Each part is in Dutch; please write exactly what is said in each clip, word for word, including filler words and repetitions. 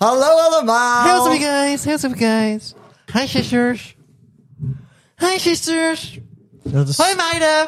Hallo allemaal! Hey, what's up guys? Hey, what's up guys? Hi sisters. Hi sisters. Dat is... Hoi meiden.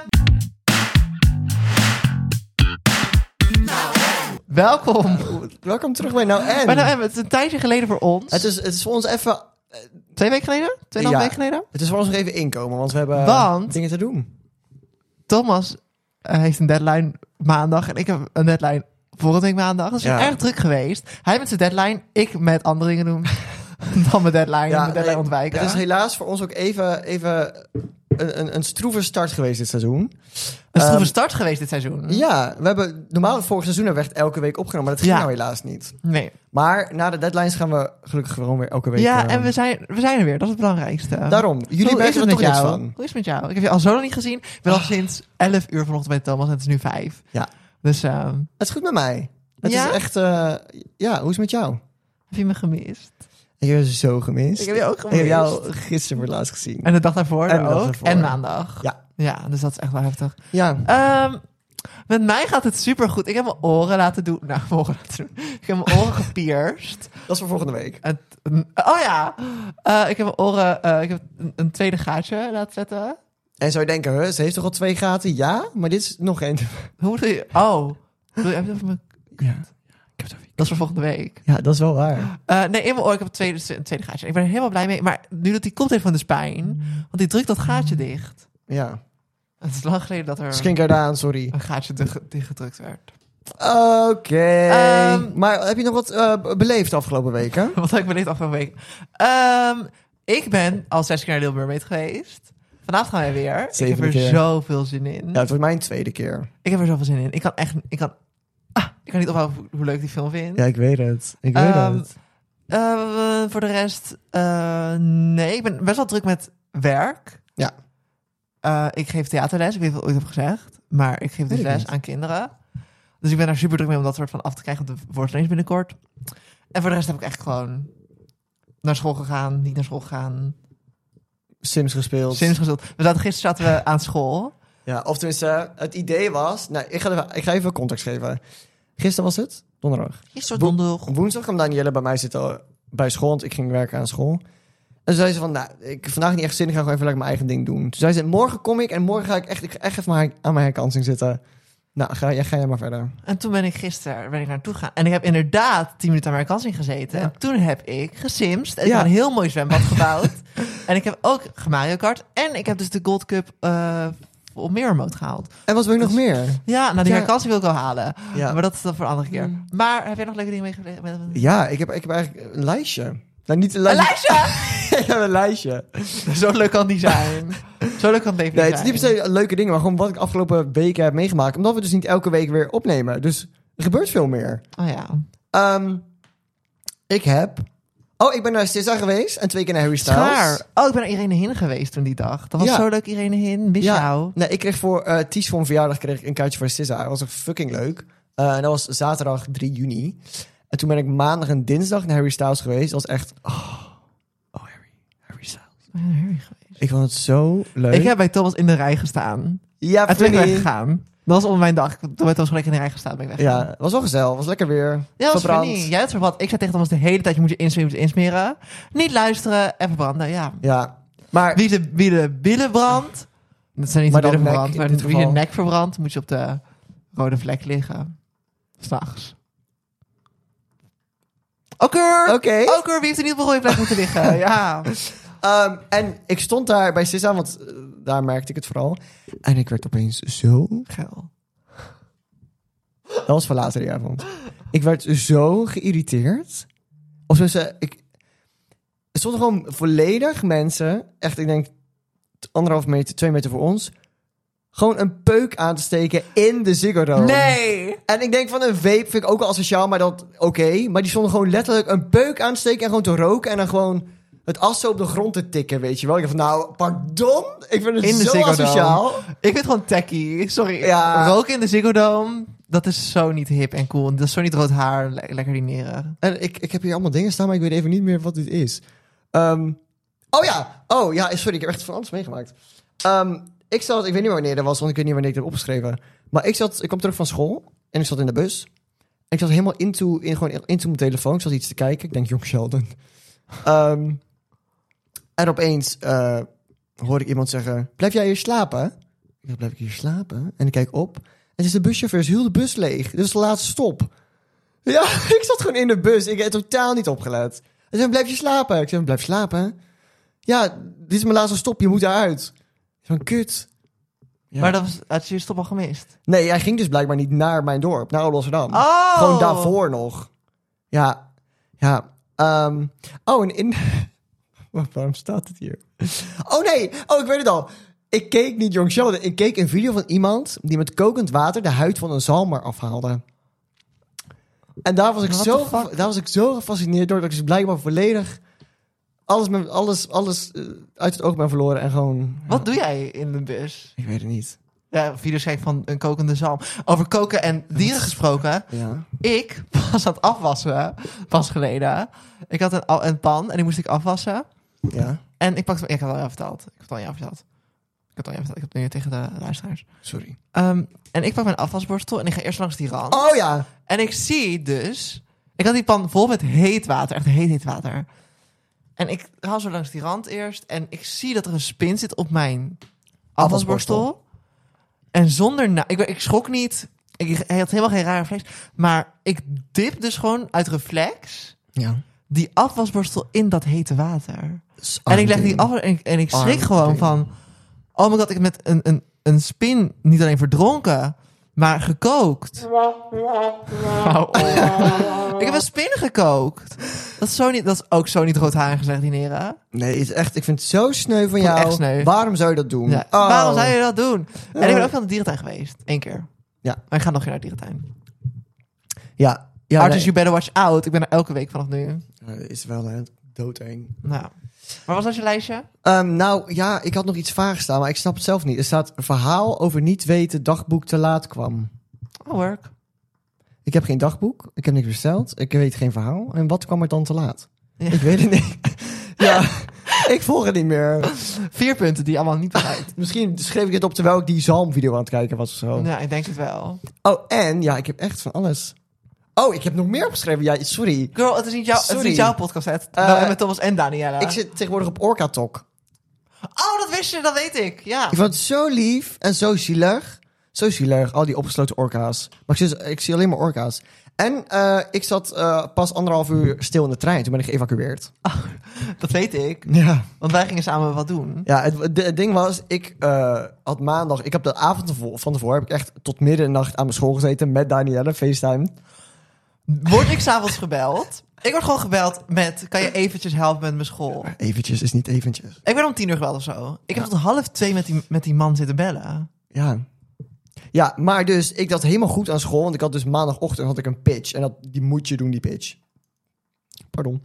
Welkom. Welkom terug bij Nou En. Bij Nou En. Het is een tijdje geleden voor ons. Het is, het is voor ons even... Twee weken geleden? Tweeënhalf Ja. weken geleden? Het is voor ons nog even inkomen, want we hebben Want- dingen te doen. Thomas uh, heeft een deadline maandag en ik heb een deadline volgende week maandag. Dus het is Ja. erg druk geweest. Hij met zijn deadline, ik met andere dingen doen dan mijn deadline. Ja, mijn deadline nee, ontwijken. Het is helaas voor ons ook even, even een, een, een stroeve start geweest dit seizoen. een stroeve Um, start geweest dit seizoen. Ja, we hebben normaal het vorig seizoen hebben we echt elke week opgenomen, maar dat ging Ja. nou helaas niet. Nee. Maar na de deadlines gaan we gelukkig gewoon weer elke week. Ja, uh, en we zijn, we zijn er weer. Dat is het belangrijkste. Daarom, jullie Hoe is merken het er met toch niks jou? van. Hoe is het met jou? Ik heb je al zo lang niet gezien. Ik ben al sinds elf uur vanochtend bij Thomas en het is nu vijf. Ja. Dus uh, heb Het is goed met mij. Het Ja? is echt... Uh, ja, hoe is het met jou? je me gemist? Ik heb je zo gemist. Ik heb je ook Ik gemist. heb jou gisteren voor het laatst gezien. En de dag daarvoor En de dag ook. daarvoor. En maandag. Ja. Ja, dus dat is echt wel heftig. Ja. Um, met mij gaat het super goed. Ik heb mijn oren laten doen. Nou, mijn oren laten doen. Ik heb mijn oren gepierst. Dat is voor volgende week. Het, oh ja. Uh, ik heb mijn oren... Uh, ik heb een, een tweede gaatje laten zetten. En zou je denken, huh, ze heeft toch al twee gaten? Ja, maar dit is nog één. Hoe moet je... Oh. Wil je, heb je het over mijn... Ja. Ik heb het over... Dat is voor volgende week. Ja, dat is wel waar. Uh, nee, in mijn oor. Ik heb een tweede, een tweede gaatje. Ik ben er helemaal blij mee. Maar nu dat die komt heeft van de spijn. Want die drukt dat gaatje dicht. Ja. Het is lang geleden dat er Skinker aan, sorry. een gaatje dicht, dichtgedrukt werd. Oké. Um, maar heb je nog wat uh, beleefd de afgelopen weken? Wat heb ik beleefd afgelopen week? Um, ik ben al zes keer naar Little Mermaid geweest. Vanavond gaan wij weer. Zevende ik heb er keer. zoveel zin in. Ja, het wordt mijn tweede keer. Ik heb er zoveel zin in. Ik kan echt... Ik kan, ah, ik kan niet ophouden hoe, hoe leuk die film vind. Ja, ik weet het. Ik weet Um, het. Uh, voor de rest... Uh, nee, ik ben best wel druk met werk. Ja. Uh, ik geef theaterles. Ik weet niet of ik het ooit heb gezegd. Maar ik geef dus Weet ik les niet. aan kinderen. Dus ik ben daar super druk mee om dat soort van af te krijgen. Want de voorstelling is binnenkort. En voor de rest heb ik echt gewoon naar school gegaan. Niet naar school gegaan. Sims gespeeld. Sims gespeeld. We zaten, gisteren zaten we aan school. Ja, of tenminste, het idee was... Nou, ik ga, even, ik ga even context geven. Gisteren was het? Donderdag. Gisteren Wo- donderdag. Woensdag kwam Danielle bij mij zitten bij school, want ik ging werken aan school. En toen zei ze van, nou, ik heb vandaag niet echt zin, ik ga gewoon even lekker mijn eigen ding doen. Toen zei ze, morgen kom ik en morgen ga ik echt, ik ga echt even maar aan mijn herkansing zitten. Nou, ga, ja, ga jij maar verder. En toen ben ik gisteren ben ik naartoe gegaan. En ik heb inderdaad tien minuten aan mijn kansing gezeten. Ja. En toen heb ik gesimst. En ik Ja. heb een heel mooi zwembad gebouwd. En ik heb ook Mario Kart. En ik heb dus de Gold Cup uh, op meer remote gehaald. En wat wil je nog Dus- meer? Ja, nou die Ja. herkansing wil ik wel halen. Ja, Maar dat is dan voor een andere keer. Mm. Maar heb jij nog leuke dingen meegekregen? ja ik, heb, ik heb eigenlijk een lijstje. Nou, niet een Een lijstje. lijstje! ik heb een lijstje. Zo leuk kan die zijn. Zo leuk kan het leven Nee, niet het is niet zijn. per se leuke dingen, maar gewoon wat ik afgelopen weken heb meegemaakt. Omdat we dus niet elke week weer opnemen. Dus er gebeurt veel meer. Oh ja. Um, ik heb... Oh, ik ben naar Sissa geweest en twee keer naar Harry Styles. Schaar. Oh, ik ben naar Irene Hin geweest toen die dag. Dat was Ja. zo leuk, Irene Hin. Mis jou. Nee, ik kreeg voor uh, Ties voor mijn verjaardag kreeg ik een kaartje voor Sissa. Dat was echt fucking leuk. Uh, en dat was zaterdag drie juni. En toen ben ik maandag en dinsdag naar Harry Styles geweest. Dat was echt... Oh, oh Harry. Harry Styles. Ik ben naar Harry geweest. Ik vond het zo leuk. Ik heb bij Thomas in de rij gestaan. Ja, En toen ben ik funny. weggegaan. Dat was op mijn dag. Toen ben ik Thomas gelijk in de rij gestaan. Ben ik weggegaan. Ja, het was wel gezellig. Het was lekker weer. Ja, dat was Verbrand. funny. Jij had verbrand. Ik zei tegen Thomas de hele tijd, je moet je insmeren, je moet je insmeren. Niet luisteren en verbranden, ja. Ja, maar... Wie de, wie de billen brandt, dat zijn niet Maar de dan billen nek verbrand, in maar dit wie je geval. nek verbrandt, moet je op de rode vlek liggen. S'nachts. Oké. Oké. Oké, wie heeft er niet op de rode vlek moeten liggen? Ja. Um, en ik stond daar bij Sissa, want uh, daar merkte ik het vooral. En ik werd opeens zo... Geil. Dat was voor later die avond. Ik werd zo geïrriteerd. Of zo, ze, ik... Er stonden gewoon volledig mensen, echt, ik denk anderhalf meter, twee meter voor ons, gewoon een peuk aan te steken in de Ziggo Dome. Nee. En ik denk van een vape vind ik ook wel asociaal, maar dat oké. Okay. Maar die stonden gewoon letterlijk een peuk aan te steken en gewoon te roken en dan gewoon het as zo op de grond te tikken, weet je wel. Ik dacht van, nou, pardon? Ik vind het In de zo Ziggo Dome. asociaal. Ik vind het gewoon tacky. Sorry. Ja. Roken in de Ziggo Dome, dat is zo niet hip en cool. Dat is zo niet rood haar, le- lekker dineren. En ik, ik heb hier allemaal dingen staan, maar ik weet even niet meer wat dit is. Um, oh ja, oh ja, sorry, ik heb echt van alles meegemaakt. Um, ik zat, ik weet niet meer wanneer dat was, want ik weet niet wanneer ik het heb opgeschreven. Maar ik zat, ik kwam terug van school en ik zat in de bus. Ik zat helemaal into, in, gewoon into mijn telefoon. Ik zat iets te kijken. Ik denk, Young Sheldon. Um, en opeens uh, hoor ik iemand zeggen... Blijf jij hier slapen? Ik dacht, blijf ik hier slapen? En ik kijk op. En is de buschauffeur is heel de bus leeg. Dit is de laatste stop. Ja, ik zat gewoon in de bus. Ik heb totaal niet opgelet. Hij zei, blijf je slapen? Ik zei, blijf slapen? Ja, dit is mijn laatste stop. Je moet eruit. Van kut. Ja. Maar dat was, had je je stop al gemist? Nee, hij ging dus blijkbaar niet naar mijn dorp. Naar Rotterdam. Oh! Gewoon daarvoor nog. Ja. Ja. Um, oh, en in... Waarom staat het hier? Oh nee. Oh, ik weet het al. Ik keek niet Young Sheldon. Ik keek een video van iemand die met kokend water de huid van een zalm afhaalde. En daar was ik, zo, daar was ik zo gefascineerd door dat ik dus blijkbaar volledig alles, met, alles, alles uh, uit het oog ben verloren en gewoon... Wat ja. doe jij in de bus? Ik weet het niet. Ja, video's kijken van een kokende zalm. Over koken en dieren gesproken. Ja. Ik was aan het afwassen, pas geleden. Ik had een, een pan en die moest ik afwassen. Ja. En ik pakte... Ik heb het al jou verteld. Ik heb het al jou verteld. Ik heb het al jou verteld. Ik heb het nu tegen de luisteraars. Sorry. Um, en ik pak mijn afwasborstel en ik ga eerst langs die rand. Oh ja. En ik zie dus... Ik had die pan vol met heet water. Echt heet, heet water. En ik haal zo langs die rand eerst. En ik zie dat er een spin zit op mijn afwasborstel. afwasborstel. En zonder... Na- ik, ik schrok niet. Ik, hij had helemaal geen rare reflex. Maar ik dip dus gewoon uit reflex... Ja. die afwasborstel in dat hete water. En ik leg die af en ik, en ik schrik Arm gewoon ding. van... Oh my god, ik heb met een, een, een spin niet alleen verdronken... maar gekookt. Hou op. Ik heb een spin gekookt. Dat is, zo niet, dat is ook zo niet roodharig gezegd, dineren. Nee, het is echt, ik vind het zo sneu van Ik vond het jou. echt sneu. Waarom zou je dat doen? Ja. Oh. Waarom zou je dat doen? En ik ben Oh. ook van de dierentuin geweest. Eén keer. Ja. Maar ik ga nog keer naar de dierentuin. Ja. Ja, Arthur, nee. you better watch out. Ik ben er elke week vanaf nu. Ja, is wel hè, doodeng. Nou. Maar was dat je lijstje? Um, nou ja, ik had nog iets vaag staan, maar ik snap het zelf niet. Er staat een verhaal over niet weten dagboek te laat kwam. Oh, work. Ik heb geen dagboek, ik heb niks besteld, ik weet geen verhaal. En wat kwam er dan te laat? Ja. Ik weet het niet. Ja, ik volg het niet meer. Vier punten die allemaal niet bereikt. Misschien schreef ik het op terwijl ik die zalmvideo aan het kijken was of zo. Ja, ik denk het wel. Oh, en ja, ik heb echt van alles. Oh, ik heb nog meer opgeschreven. Ja, sorry. Girl, het is niet, jou, het is Sorry. niet jouw podcast, hè? Uh, Wel met Thomas en Daniela. Ik zit tegenwoordig op Orca Talk. Oh, dat wist je, dat weet ik. Ja. Ik vond het zo lief en zo zielig. Zo zielig, al die opgesloten orka's. Maar ik zie, ik zie alleen maar orka's. En uh, ik zat uh, pas anderhalf uur stil in de trein. Toen ben ik geëvacueerd. Oh, dat weet ik. Ja. Want wij gingen samen wat doen. Ja, het, de, het ding was, ik uh, had maandag... Ik heb de avond ervoor- van tevoren heb ik echt tot middernacht aan mijn school gezeten met Danielle, FaceTime. Word ik s'avonds gebeld? Ik word gewoon gebeld met... Kan je eventjes helpen met mijn school? Eventjes is niet eventjes. Ik ben om tien uur gebeld of zo. Ik heb Ja. tot half twee met die, met die man zitten bellen. Ja. Ja, maar dus, ik had helemaal goed aan school. Want ik had dus maandagochtend had ik een pitch. En dat, die moet je doen, die pitch. Pardon.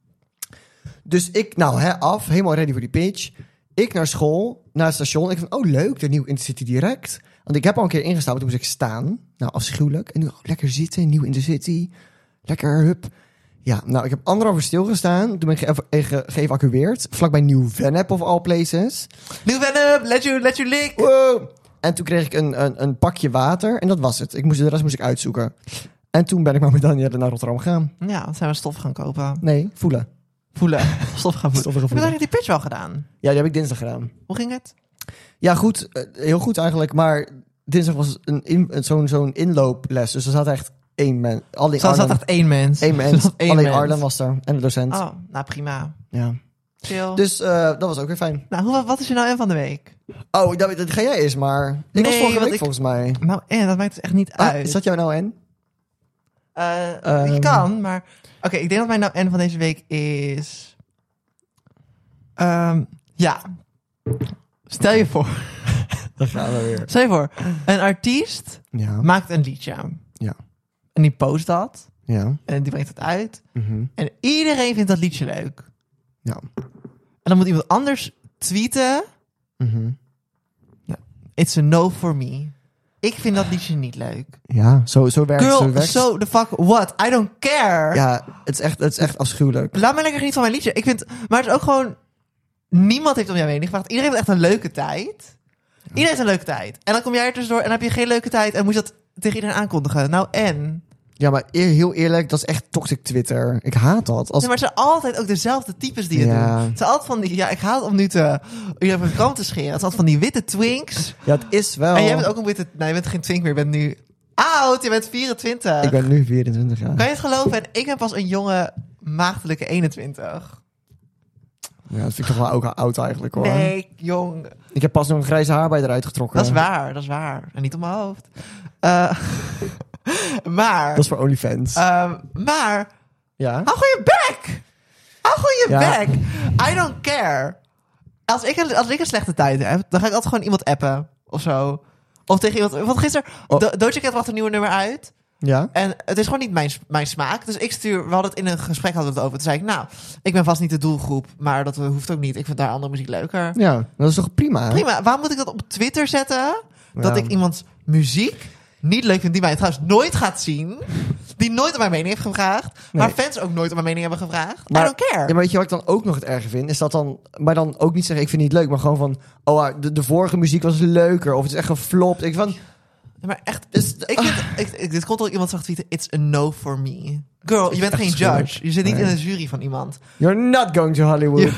Dus ik, nou hè, af. Helemaal ready voor die pitch. Ik naar school, naar het station. Ik van, oh leuk, de nieuwe Intercity direct. Want ik heb al een keer ingestapt, toen moest ik staan. Nou, afschuwelijk. En nu oh, lekker zitten, nieuw Intercity. Lekker, hup. Ja, nou, ik heb anderhalf uur stilgestaan. Toen ben ik ge- ge- geëvacueerd. Vlakbij Nieuw-Vennep of all places. Nieuw Venom, let you, let you lick. Wow. En toen kreeg ik een, een, een pakje water. En dat was het. Ik moest, de rest moest ik uitzoeken. En toen ben ik maar met Danielle naar Rotterdam gegaan. Ja, dan zijn we stof gaan kopen. Nee, voelen. Voelen. Stof gaan voelen. Stoffen Heb je gevoelen. eigenlijk die pitch wel gedaan? Ja, die heb ik dinsdag gedaan. Hoe ging het? Ja, goed. eh, Heel goed eigenlijk. Maar dinsdag was een in, zo'n zo'n inlooples. Dus er zat echt één mens. Alleen Zo zat Arlen, echt één mens. één Er mens. zat één Alleen mens. Arlen was er. En de docent. Oh, nou prima. Ja. Chill. Dus eh, dat was ook weer fijn. Nou, hoe, wat is je nou en van de week? Oh, dat, dat ga jij eerst maar. Ik was Nee, vorige want week ik- volgens mij. Nou, en dat maakt het echt niet Ah, uit. is dat jou nou en? Eh, je Ehm. kan, maar... Oké, ik denk dat mijn nou en van deze week is... Ehm, ja. Stel je voor. Dat gaan we weer. Stel je voor. Een artiest Ja. maakt een liedje. Ja. En die post dat. Ja. En die brengt het uit. Mhm. En iedereen vindt dat liedje leuk. Ja. En dan moet iemand anders tweeten. Mhm. It's a no for me. Ik vind dat liedje niet leuk. Ja, zo, zo werkt Girl, zo werkt. so the fuck what? I don't care. Ja, het is echt, het is echt afschuwelijk. Laat mij lekker genieten van mijn liedje. Ik vind, maar het is ook gewoon... Niemand heeft om jou heen gevraagd. Iedereen heeft echt een leuke tijd. Iedereen heeft een leuke tijd. En dan kom jij er tussendoor en dan heb je geen leuke tijd. En moet je dat tegen iedereen aankondigen. Nou en? Ja, maar eer, heel eerlijk, dat is echt toxic Twitter. Ik haat dat. Als... Nee, maar het zijn altijd ook dezelfde types die het Ja. doen. Het zijn altijd van die... Ja, ik haat om nu te... Je hebt een kant te scheren. Het is altijd van die witte twinks. Ja, het is wel... En jij bent ook een witte... Nee, je bent geen twink meer. Je bent nu oud. Je bent vierentwintig. Ik ben nu vierentwintig jaar. Kan je het geloven? En ik ben pas een jonge, maagdelijke eenentwintig. Ja, dat vind ik toch wel ook oud eigenlijk, hoor. Nee, jong. Ik heb pas nog een grijze haar bij eruit getrokken. Dat is waar, dat is waar. En niet op mijn hoofd. Uh, maar... Dat is voor OnlyFans. Uh, maar... ja? Hou gewoon je bek! Hou gewoon je Ja. bek! I don't care. Als ik, een, als ik een slechte tijd heb, dan ga ik altijd gewoon iemand appen. Of zo. Of tegen iemand... Want gisteren... Oh. Do- Doja Cat bracht een nieuwe nummer uit. Ja? En het is gewoon niet mijn, mijn smaak. Dus ik stuur... We hadden het in een gesprek hadden we het over. Toen zei ik, nou, ik ben vast niet de doelgroep. Maar dat hoeft ook niet. Ik vind daar andere muziek leuker. Ja, dat is toch prima? Prima. Waarom moet ik dat op Twitter zetten? Dat Ja. ik iemands muziek niet leuk vind, die mij trouwens nooit gaat zien. Die nooit om mijn mening heeft gevraagd. Maar Nee. fans ook nooit om mijn mening hebben gevraagd. Maar- I don't care. Ja, maar weet je wat ik dan ook nog het erge vind? Is dat dan... Maar dan ook niet zeggen, ik vind het niet leuk. Maar gewoon van... Oh, ah, de, de vorige muziek was leuker. Of het is echt geflopt. Ik van... Ja, maar echt, Dus- ik vind, ik, ik, dit komt ook iemand zag tweeten, it's a no for me. Girl, je bent echt geen schuldig. judge. Je zit niet Nee. in een jury van iemand. You're not going to Hollywood. You,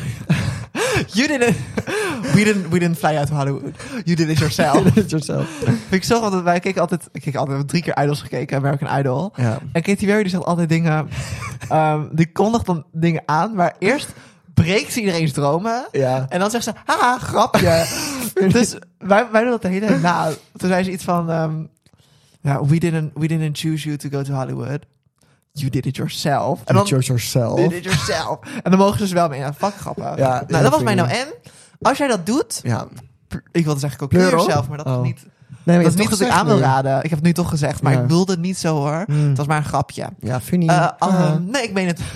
you didn't, we didn't, we didn't fly out to Hollywood. You did it yourself. Do it yourself. Vind ik zo grappig, wij keken altijd, ik keek altijd, we hebben drie keer Idols gekeken, American Idol. Ja. En Katy Perry die zegt altijd dingen, um, die kondigt dan dingen aan, maar eerst breekt ze iedereen's dromen. Ja. En dan zegt ze, haha, grapje. Dus wij, wij doen dat de hele tijd na. Toen zei ze iets van, um, ja, we didn't, we didn't choose you to go to Hollywood. You did it yourself. En Do dan, it yourself. did it yourself. En dan mogen ze dus wel mee. Ja, fuck grappig. Ja, nou, ja, dat was vind mijn ik nou en. Als jij dat doet, Ja. ik wilde zeggen ook Pleur op? jezelf, maar dat Oh. is niet... Nee, maar Dat je is niet hebt wat ik toch aan wil gezegd raden. Ik heb het nu toch gezegd, maar Ja. ik wilde het niet zo hoor. Mm. Het was maar een grapje. nu. Ja, funny. Uh, Ah. um, nee, ik meen het.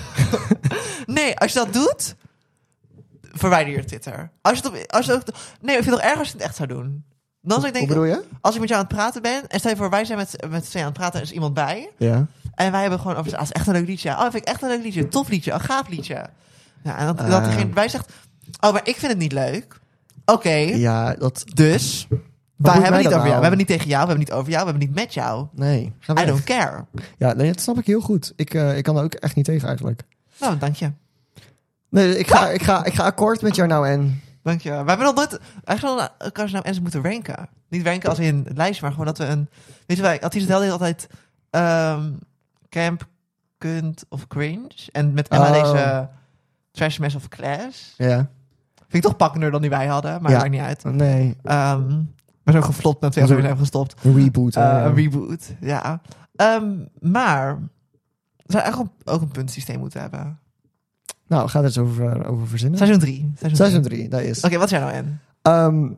Nee, als je dat doet, verwijder je Twitter. Als je het op, als je het ook, nee, ik vind het nog erger als je het echt zou doen. Dan zou ik Hoe denken, bedoel je? als ik met jou aan het praten ben, en stel je voor, wij zijn met, met twee aan het praten, er is iemand bij, Ja. en wij hebben gewoon over, als echt een leuk liedje. Oh, vind ik echt een leuk liedje, tof liedje, een gaaf liedje. Ja, en dat, Ah. dat diegene bij zegt, oh, maar ik vind het niet leuk. Oké, Ja, dat... dus wij boeit hebben mij niet dat over jou. nou? We hebben niet tegen jou, we hebben niet over jou, we hebben niet met jou. Nee. Ga I weg. don't care. Ja, nee, dat snap ik heel goed. Ik, uh, ik kan er ook echt niet tegen eigenlijk. Nou, dank je. Nee, ik ga, ik ga, ik ga akkoord met jou nou en... Dank je. We hebben nog nooit... Eigenlijk wel elkaar nou eens moeten ranken. Niet ranken als in een lijstje, maar gewoon dat we een... Weet je wel, artiesten helden altijd... Um, camp, kunt of cringe. En met Emma Oh. deze trash mess of class. Ja. Vind ik toch pakkender dan die wij hadden, maar Ja. maakt niet uit. Nee. Um, maar zo geflopt na twee Zo- afleveringen hebben gestopt. Een reboot. Uh, hè, ja. Een reboot, ja. Um, maar... We zouden eigenlijk ook een puntensysteem moeten hebben. Nou, ga er eens over, over verzinnen. Seizoen drie. Seizoen drie, dat is. Oké, wat is jij nou en? Um,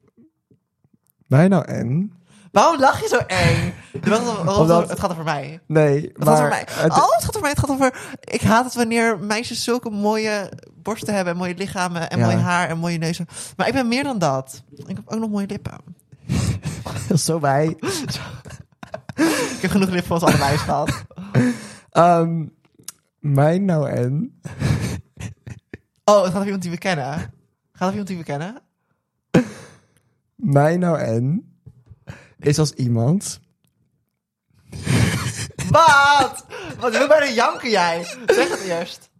mij nou en... Waarom lach je zo eng? Je bent al- Omdat- Het gaat over mij. Nee, Het gaat maar... over mij. het- Oh, het gaat over mij. Het gaat over... Ik haat het wanneer meisjes zulke mooie borsten hebben... en mooie lichamen en Ja. mooi haar en mooie neuzen. Maar ik ben meer dan dat. Ik heb ook nog mooie lippen. Zo bij. Ik heb genoeg lippen voor ons allebei gehad. Um, mij nou en... Oh, het gaat over iemand die we kennen. Gaat het over iemand die we kennen? Mij nou en... Is als iemand... Wat? Wat? Je wil bijna janken, jij. Zeg het eerst.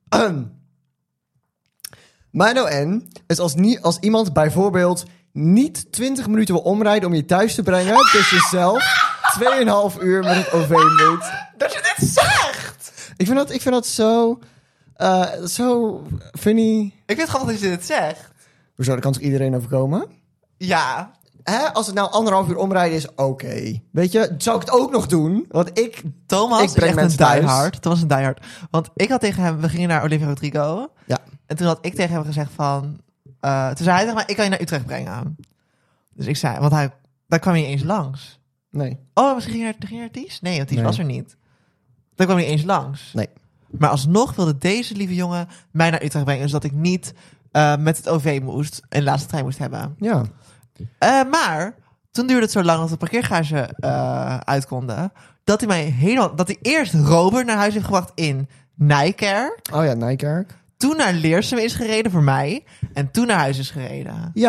Mij nou en... Is als, nie, als iemand bijvoorbeeld... niet twintig minuten wil omrijden om je thuis te brengen... dus jezelf tweeënhalf uur met het O V moet. Dat je dit zegt! Ik vind dat, ik vind dat zo... uh, zo funny. Ik vind het grappig dat je dit zegt. Hoezo, daar kan toch iedereen overkomen? Ja. Hè? Als het nou anderhalf uur omrijden is, oké. Weet je, zou ik het ook nog doen? Want ik... Thomas Ik is breng echt een mensen thuis. diehard. Thomas is een diehard. Want ik had tegen hem... We gingen naar Olivia Rodrigo. Ja. En toen had ik tegen hem gezegd van... Uh, toen zei hij tegen mij, ik kan je naar Utrecht brengen. Dus ik zei... Want hij... Daar kwam hij niet eens langs. Nee. Oh, misschien ging hij ging hij naar Ties? Nee, want Ties Nee. was er niet. Daar kwam hij niet eens langs. Nee. Maar alsnog wilde deze lieve jongen mij naar Utrecht brengen. Zodat ik niet uh, met het O V moest. En de laatste trein moest hebben. Ja. Uh, maar toen duurde het zo lang dat de parkeergarage uh, uit konden. Dat hij mij helemaal... Dat hij eerst Robert naar huis heeft gebracht in Nijkerk. Oh ja, Nijkerk. Toen naar Leersum is gereden voor mij. En toen naar huis is gereden. Ja.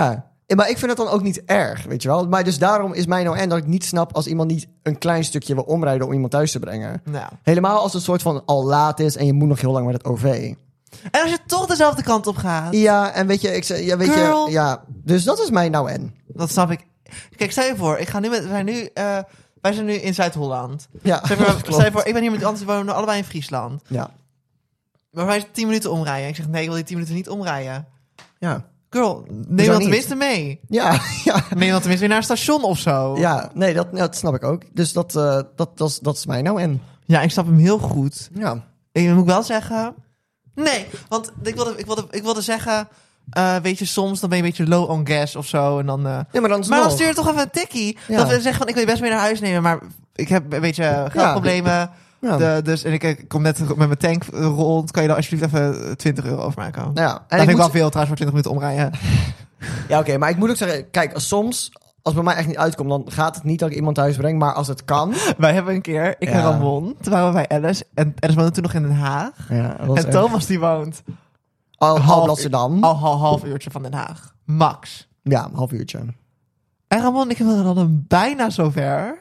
maar ik vind het dan ook niet erg, weet je wel. Maar dus daarom is mij nou en dat ik niet snap als iemand niet een klein stukje wil omrijden om iemand thuis te brengen. Nou. Helemaal als het soort van al laat is en je moet nog heel lang met het O V. En als je toch dezelfde kant op gaat. Ja, en weet je, ik zeg, ja, weet Girl. je, ja. Dus dat is mij nou en. Dat snap ik. Kijk, stel je voor, ik ga nu met, we zijn nu, uh, wij zijn nu in Zuid-Holland. Ja, Stel je voor, klopt. stel je voor, ik ben hier met anders, we wonen allebei in Friesland. Ja, Maar wij zijn tien minuten omrijden. Ik zeg, nee, ik wil die tien minuten niet omrijden. ja. Girl, neem niet? dan tenminste mee. Ja, ja. Neem dan tenminste weer naar een station of zo. Ja, nee, dat, dat snap ik ook. Dus dat, uh, dat, dat, is, dat is mij nou en. Ja, ik snap hem heel goed. Ja. Ik moet wel zeggen... Nee, want ik wilde, ik wilde, ik wilde zeggen... Uh, weet je, soms dan ben je een beetje low on gas of zo. En dan, uh... Ja, maar dan, is maar dan nog. stuur je toch even een tikkie. Ja. Dat we zeggen van, ik wil je best mee naar huis nemen. Maar ik heb een beetje geldproblemen. Ja. De, dus, en ik, ik kom net met mijn tank rond. Kan je dan alsjeblieft even twintig euro overmaken? Nou ja, en Dat ik vind ik moet- wel veel trouwens voor twintig minuten omrijden. Ja, oké, maar ik moet ook zeggen, kijk, soms, als het bij mij echt niet uitkomt, dan gaat het niet dat ik iemand thuis breng, maar als het kan. Wij hebben een keer, ik Ja. en Ramon, toen waren we bij Alice. En Alice woonde toen nog in Den Haag. Ja, dat En Thomas die woont Al half half Amsterdam. al een half uurtje van Den Haag. Max. Ja, een half uurtje. En Ramon, ik wilde dan bijna zover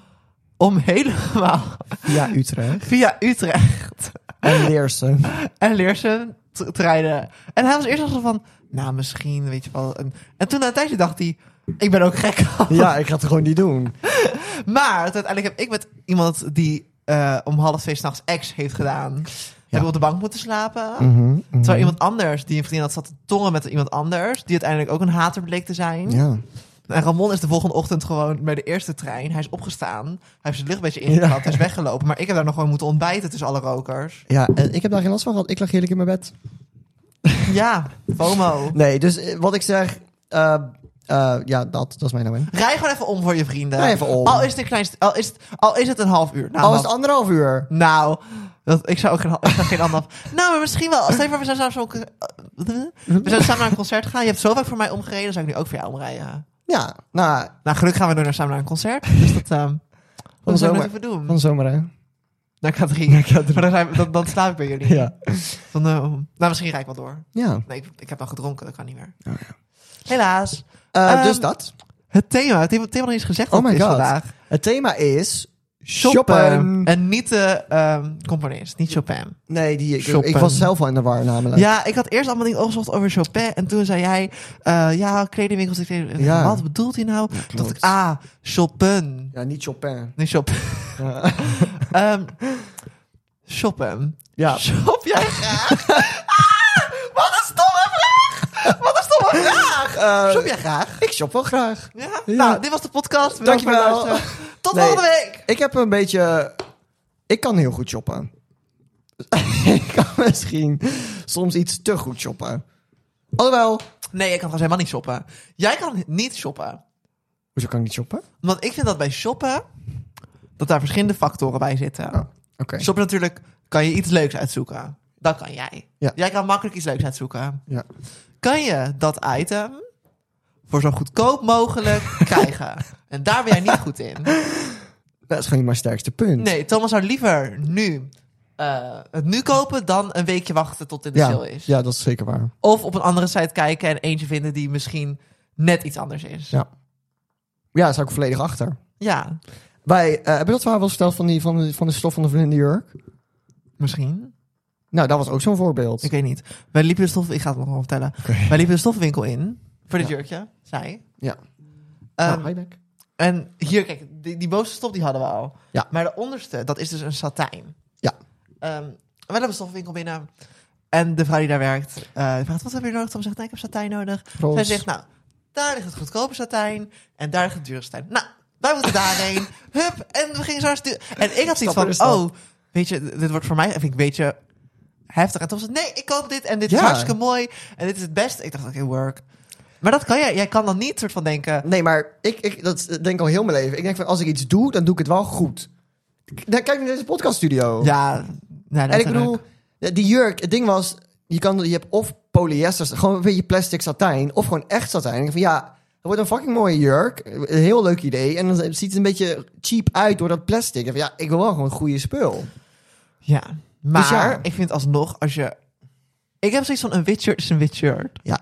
om helemaal Ja, Utrecht. via Utrecht En Leersen. en Leersen te, te rijden. En hij was eerst al zo van, nou misschien, weet je wel. En, en toen na een tijdje dacht hij, ik ben ook gek. Ja, ik ga het gewoon niet doen. Maar uiteindelijk heb ik met iemand die uh, om half twee 's nachts ex heeft gedaan, heb ik op de bank moeten slapen. Mhm, mhm. Terwijl iemand anders, die een vriendin had, zat te tongen met iemand anders, die uiteindelijk ook een hater bleek te zijn. Ja. En Ramon is de volgende ochtend gewoon bij de eerste trein. Hij is opgestaan. Hij heeft zijn lucht een beetje ingehaald. Ja. Hij is weggelopen. Maar ik heb daar nog gewoon moeten ontbijten tussen alle rokers. Ja, en ik heb daar geen last van gehad. Ik lag heerlijk in mijn bed. Ja, FOMO. Nee, dus eh, wat ik zeg, uh, uh, ja, dat, dat is mijn nou in. Rij gewoon even om voor je vrienden. Rij even om. Al is het een klein, st- al is het, al is het een half uur. Nou, Al is het half- anderhalf uur. nou dat, ik zou ook geen, ik zou geen anderhalf. Nou, maar misschien wel. Stel je voor, we zijn samen zo, we zijn samen naar een concert gegaan. Je hebt zo vaak voor mij omgereden. Dan zou ik nu ook voor jou omrijden. Ja, nou, Nou, gelukkig gaan we door naar samen naar een concert. Dus dat, um, wat zullen we zomer. dat even doen? van de zomer, hè? Naar K drie. Maar dan, zijn we- dan, dan slaap ik bij jullie. Ja. Dan, uh, nou, misschien rijd ik wel door. Ja. Nee, ik, ik heb al gedronken, dat kan niet meer. Oh, ja. Helaas. Uh, Ehm, dus dat. Het thema, het thema, het thema nog niet eens gezegd Oh my is god. vandaag. Het thema is Shoppen. shoppen. En niet de um, componist, niet Chopin. Nee, die, ik, Shoppen. ik was zelf al in de war namelijk. Ja, ik had eerst allemaal dingen opgezocht over Chopin. En toen zei jij, uh, ja, kledingwinkels. Ik denk, Ja. Wat bedoelt hij nou? Ja, Toen dacht ik, klopt. ah, Chopin. Ja, niet Chopin. Nee, Chopin. Ja. um, shoppen. Ja. Shop jij graag? Ah, wat een stomme vraag! Wat een stomme vraag! Uh, Shop jij graag? Ik shop wel graag. Ja? Ja. Nou, dit was de podcast. Bedankt voor het Dankjewel. luisteren. Tot Nee. volgende week! Ik heb een beetje... Ik kan heel goed shoppen. Ik kan misschien soms iets te goed shoppen. Alhoewel... Nee, ik kan gewoon helemaal niet shoppen. Jij kan niet shoppen. Hoezo kan ik niet shoppen? Want ik vind dat bij shoppen, dat daar verschillende factoren bij zitten. Oh, Oké. Shoppen natuurlijk, kan je iets leuks uitzoeken. Dat kan jij. Ja. Jij kan makkelijk iets leuks uitzoeken. Ja. Kan je dat item voor zo goedkoop mogelijk krijgen? En daar ben jij niet goed in. Dat is gewoon niet mijn sterkste punt. Nee, Thomas zou liever nu uh, het nu kopen dan een weekje wachten tot het in de Ja, sale is. ja, dat is zeker waar. Of op een andere site kijken en eentje vinden die misschien net iets anders is. Ja. Ja, daar sta ik volledig achter. Ja, Wij, uh, heb je dat verhaal wel verteld van, die, van, de, van de stof van de vriendin jurk? misschien. Nou, dat was ook zo'n voorbeeld. Ik weet niet. Wij liepen de stof... Ik ga het nog wel vertellen. Okay. Wij liepen de stofwinkel in. Voor dit Ja. jurkje. Zij. Ja. Um, nou, hi back. en hier, kijk. Die, die bovenste stop die hadden we al. Ja. Maar de onderste, dat is dus een satijn. Ja. Um, we hebben een stofwinkel binnen. En de vrouw die daar werkt... Uh, vraagt, wat heb je nodig? Tom zegt, nee, ik heb satijn nodig. Roos. Zij zegt, nou... Daar ligt het goedkope satijn. En daar ligt het dure satijn. Nou, wij moeten daarheen. Hup. En we gingen zo sturen. En ik had zoiets Stap van... voor stap. Oh, weet je, dit wordt voor mij... Vind ik een beetje heftig. En Tom zei, nee, ik koop dit. En dit is Ja. hartstikke mooi. En dit is het beste. Ik dacht, oké, okay, work. Maar dat kan jij. Jij kan dan niet soort van denken... Nee, maar ik, ik dat denk ik al heel mijn leven. Ik denk van, als ik iets doe, dan doe ik het wel goed. Kijk naar deze podcaststudio. Ja, nou, En ik bedoel, die jurk, het ding was... Je, kan, je hebt of polyester, gewoon een beetje plastic satijn... of gewoon echt satijn. Ik denk van, ja, het wordt een fucking mooie jurk. Een heel leuk idee. En dan ziet het een beetje cheap uit door dat plastic. En van, ja, ik wil wel gewoon een goede spul. Ja, maar Dus ja. ik vind alsnog, als je... Ik heb zoiets van, een wit shirt is een wit shirt. Ja.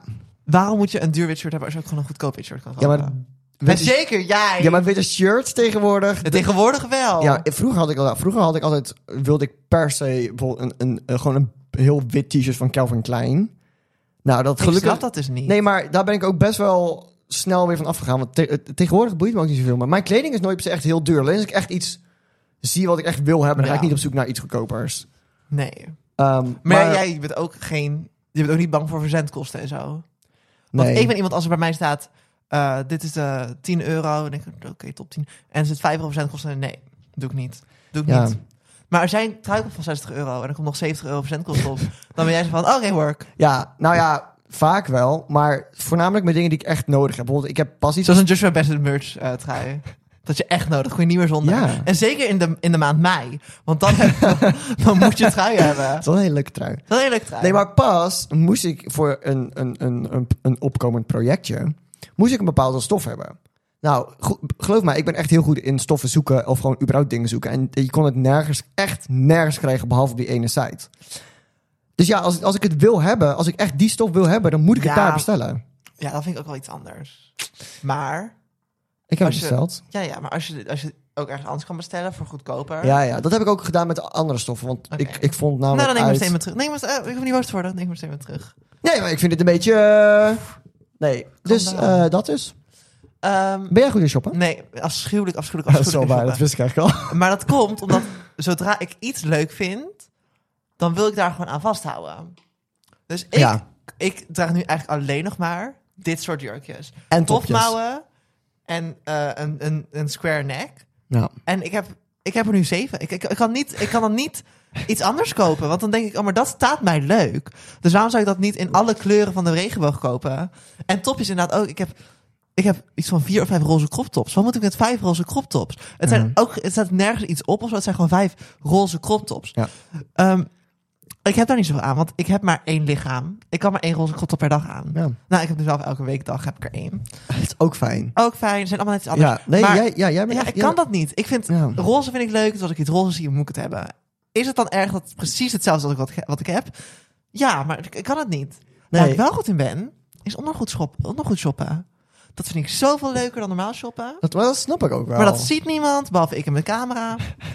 Waarom moet je een duur wit shirt hebben als je ook gewoon een goedkoop wit shirt kan Ja, kopen? maar... En witte- zeker jij. Ja, maar witte shirts tegenwoordig... Ja, tegenwoordig wel. Ja, vroeger had ik, al- vroeger had ik altijd... Wilde ik per se bijvoorbeeld een, een, een, gewoon een heel wit t-shirt van Calvin Klein. Nou, dat ik gelukkig... snap dat dus niet. Nee, maar daar ben ik ook best wel snel weer van afgegaan. Want te- tegenwoordig boeit me ook niet zoveel. Maar mijn kleding is nooit per se echt heel duur. Alleen als ik echt iets zie wat ik echt wil hebben... dan ga Ja. ik niet op zoek naar iets goedkopers. Nee. Ehm, Maar, maar jij bent ook geen... Je bent ook niet bang voor verzendkosten en zo. Want nee. ik ben iemand, als er bij mij staat... Uh, dit is uh, tien euro. Dan denk ik, oké, okay, top tien. En er zit vijf euro verzendkosten. Nee, doe ik niet. Doe ik Ja. niet. Maar als jij een trui komt van zestig euro... en er komt nog zeventig euro verzendkosten op... dan ben jij zo van, oké, okay, work. Ja, nou ja, vaak wel. Maar voornamelijk met dingen die ik echt nodig heb. Bijvoorbeeld, ik heb pas iets... Zoals een Joshua Bassett merch uh, trui. Dat je echt nodig, gooi je niet meer zonder. Ja. En zeker in de, in de maand mei. Want dan, heb, dan moet je een trui hebben. Dat is wel een hele leuke trui. Dat is een hele leuke trui. Nee, maar pas moest ik voor een, een, een, een, een opkomend projectje... moest ik een bepaalde stof hebben. Nou, go- geloof mij, ik ben echt heel goed in stoffen zoeken... of gewoon überhaupt dingen zoeken. En je kon het nergens, echt nergens krijgen... behalve op die ene site. Dus ja, als, als ik het wil hebben... als ik echt die stof wil hebben... dan moet ik het Ja. daar bestellen. Ja, dat vind ik ook wel iets anders. Maar... Ik heb Als het je- besteld. Ja, ja, maar als je, als je ook ergens anders kan bestellen voor goedkoper... Ja, ja, dat heb ik ook gedaan met de andere stoffen. Want Oké. ik, ik vond nou, namelijk dan neem ik uit... meteen maar terug. Nee, maar, uh, ik hoef niet boos te worden. Neem maar meteen maar terug. Nee, maar ik vind het een beetje... eh, Nee, dus down. eh, dat is. Um, Ben jij goed in shoppen? nee, afschuwelijk, afschuwelijk, Dat is wel afschuwelijk. waar, dat wist ik eigenlijk al. Maar dat komt omdat zodra ik iets leuk vind, dan wil ik daar gewoon aan vasthouden. Dus ik, Ja. ik draag nu eigenlijk alleen nog maar dit soort jurkjes. En topjes. Topmouwen en uh, een, een, een square neck. Ja. En ik heb, ik heb er nu zeven. Ik, ik, ik, kan niet, ik kan dan niet iets anders kopen. Want dan denk ik, oh, maar dat staat mij leuk. Dus waarom zou ik dat niet in alle kleuren van de regenboog kopen? En topjes inderdaad ook. Ik heb, ik heb iets van vier of vijf roze crop tops. Wat moet ik met vijf roze crop tops? Het, zijn Mhm. ook, het staat nergens iets op of zo. Het zijn gewoon vijf roze crop tops. Ja. Um, ik heb daar niet zoveel aan, want ik heb maar één lichaam. Ik kan maar één roze crop top per dag aan. Ja. Nou, ik heb dus zelf elke weekdag heb ik er één. Het is ook fijn. Ook fijn, ze zijn allemaal net iets anders. Ja, nee, maar, jij, ja, jij bent ja, echt- ik ja. kan dat niet. Ik vind Ja. roze vind ik leuk. Dus als ik iets roze zie, moet ik het hebben. Is het dan erg dat het precies hetzelfde is als ik wat, wat ik heb? Ja, maar ik, ik kan het niet. Waar Nee. ik wel goed in ben, is ondergoed, shop, ondergoed shoppen. Dat vind ik zoveel leuker dan normaal shoppen. Dat, wel, dat snap ik ook wel. Maar dat ziet niemand, behalve ik en mijn camera.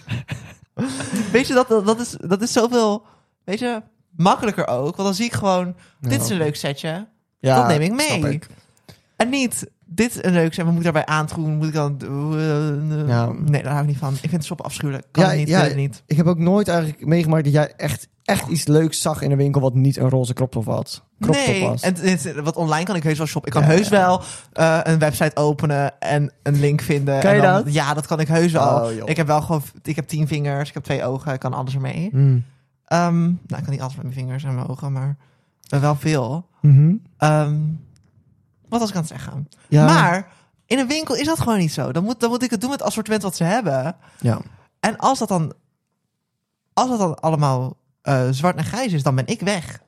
Weet je, dat, dat, dat, is, dat is zoveel, weet je, makkelijker ook. Want dan zie ik gewoon, dit is een leuk setje. Ja, dat neem ik snap mee. ik. En niet, dit is een leuk set, maar moet ik daarbij aantroen? Moet ik dan... Uh, Ja. Nee, daar hou ik niet van. Ik vind shoppen afschuwelijk. Kan Ja, het niet, ja. wil het niet. Ik heb ook nooit eigenlijk meegemaakt dat jij echt, echt iets leuks zag in een winkel wat niet een roze crop top had. Crop top Nee, was. en het- wat online kan ik heus wel shoppen. Ik kan Ja, heus ja. wel uh, een website openen en een link vinden. Kan en je dan- dat? Ja, dat kan ik heus wel. Oh, joh. ik heb wel gewoon, ik heb tien vingers, ik heb twee ogen, ik kan alles ermee. Mm. Ehm, nou, ik kan niet alles met mijn vingers en mijn ogen, maar uh, wel veel. Mhm. Ehm, wat was ik aan het zeggen? Ja. Maar in een winkel is dat gewoon niet zo. Dan moet, dan moet ik het doen met het assortiment wat ze hebben. Ja. En als dat dan, als dat dan allemaal uh, zwart en grijs is, dan ben ik weg.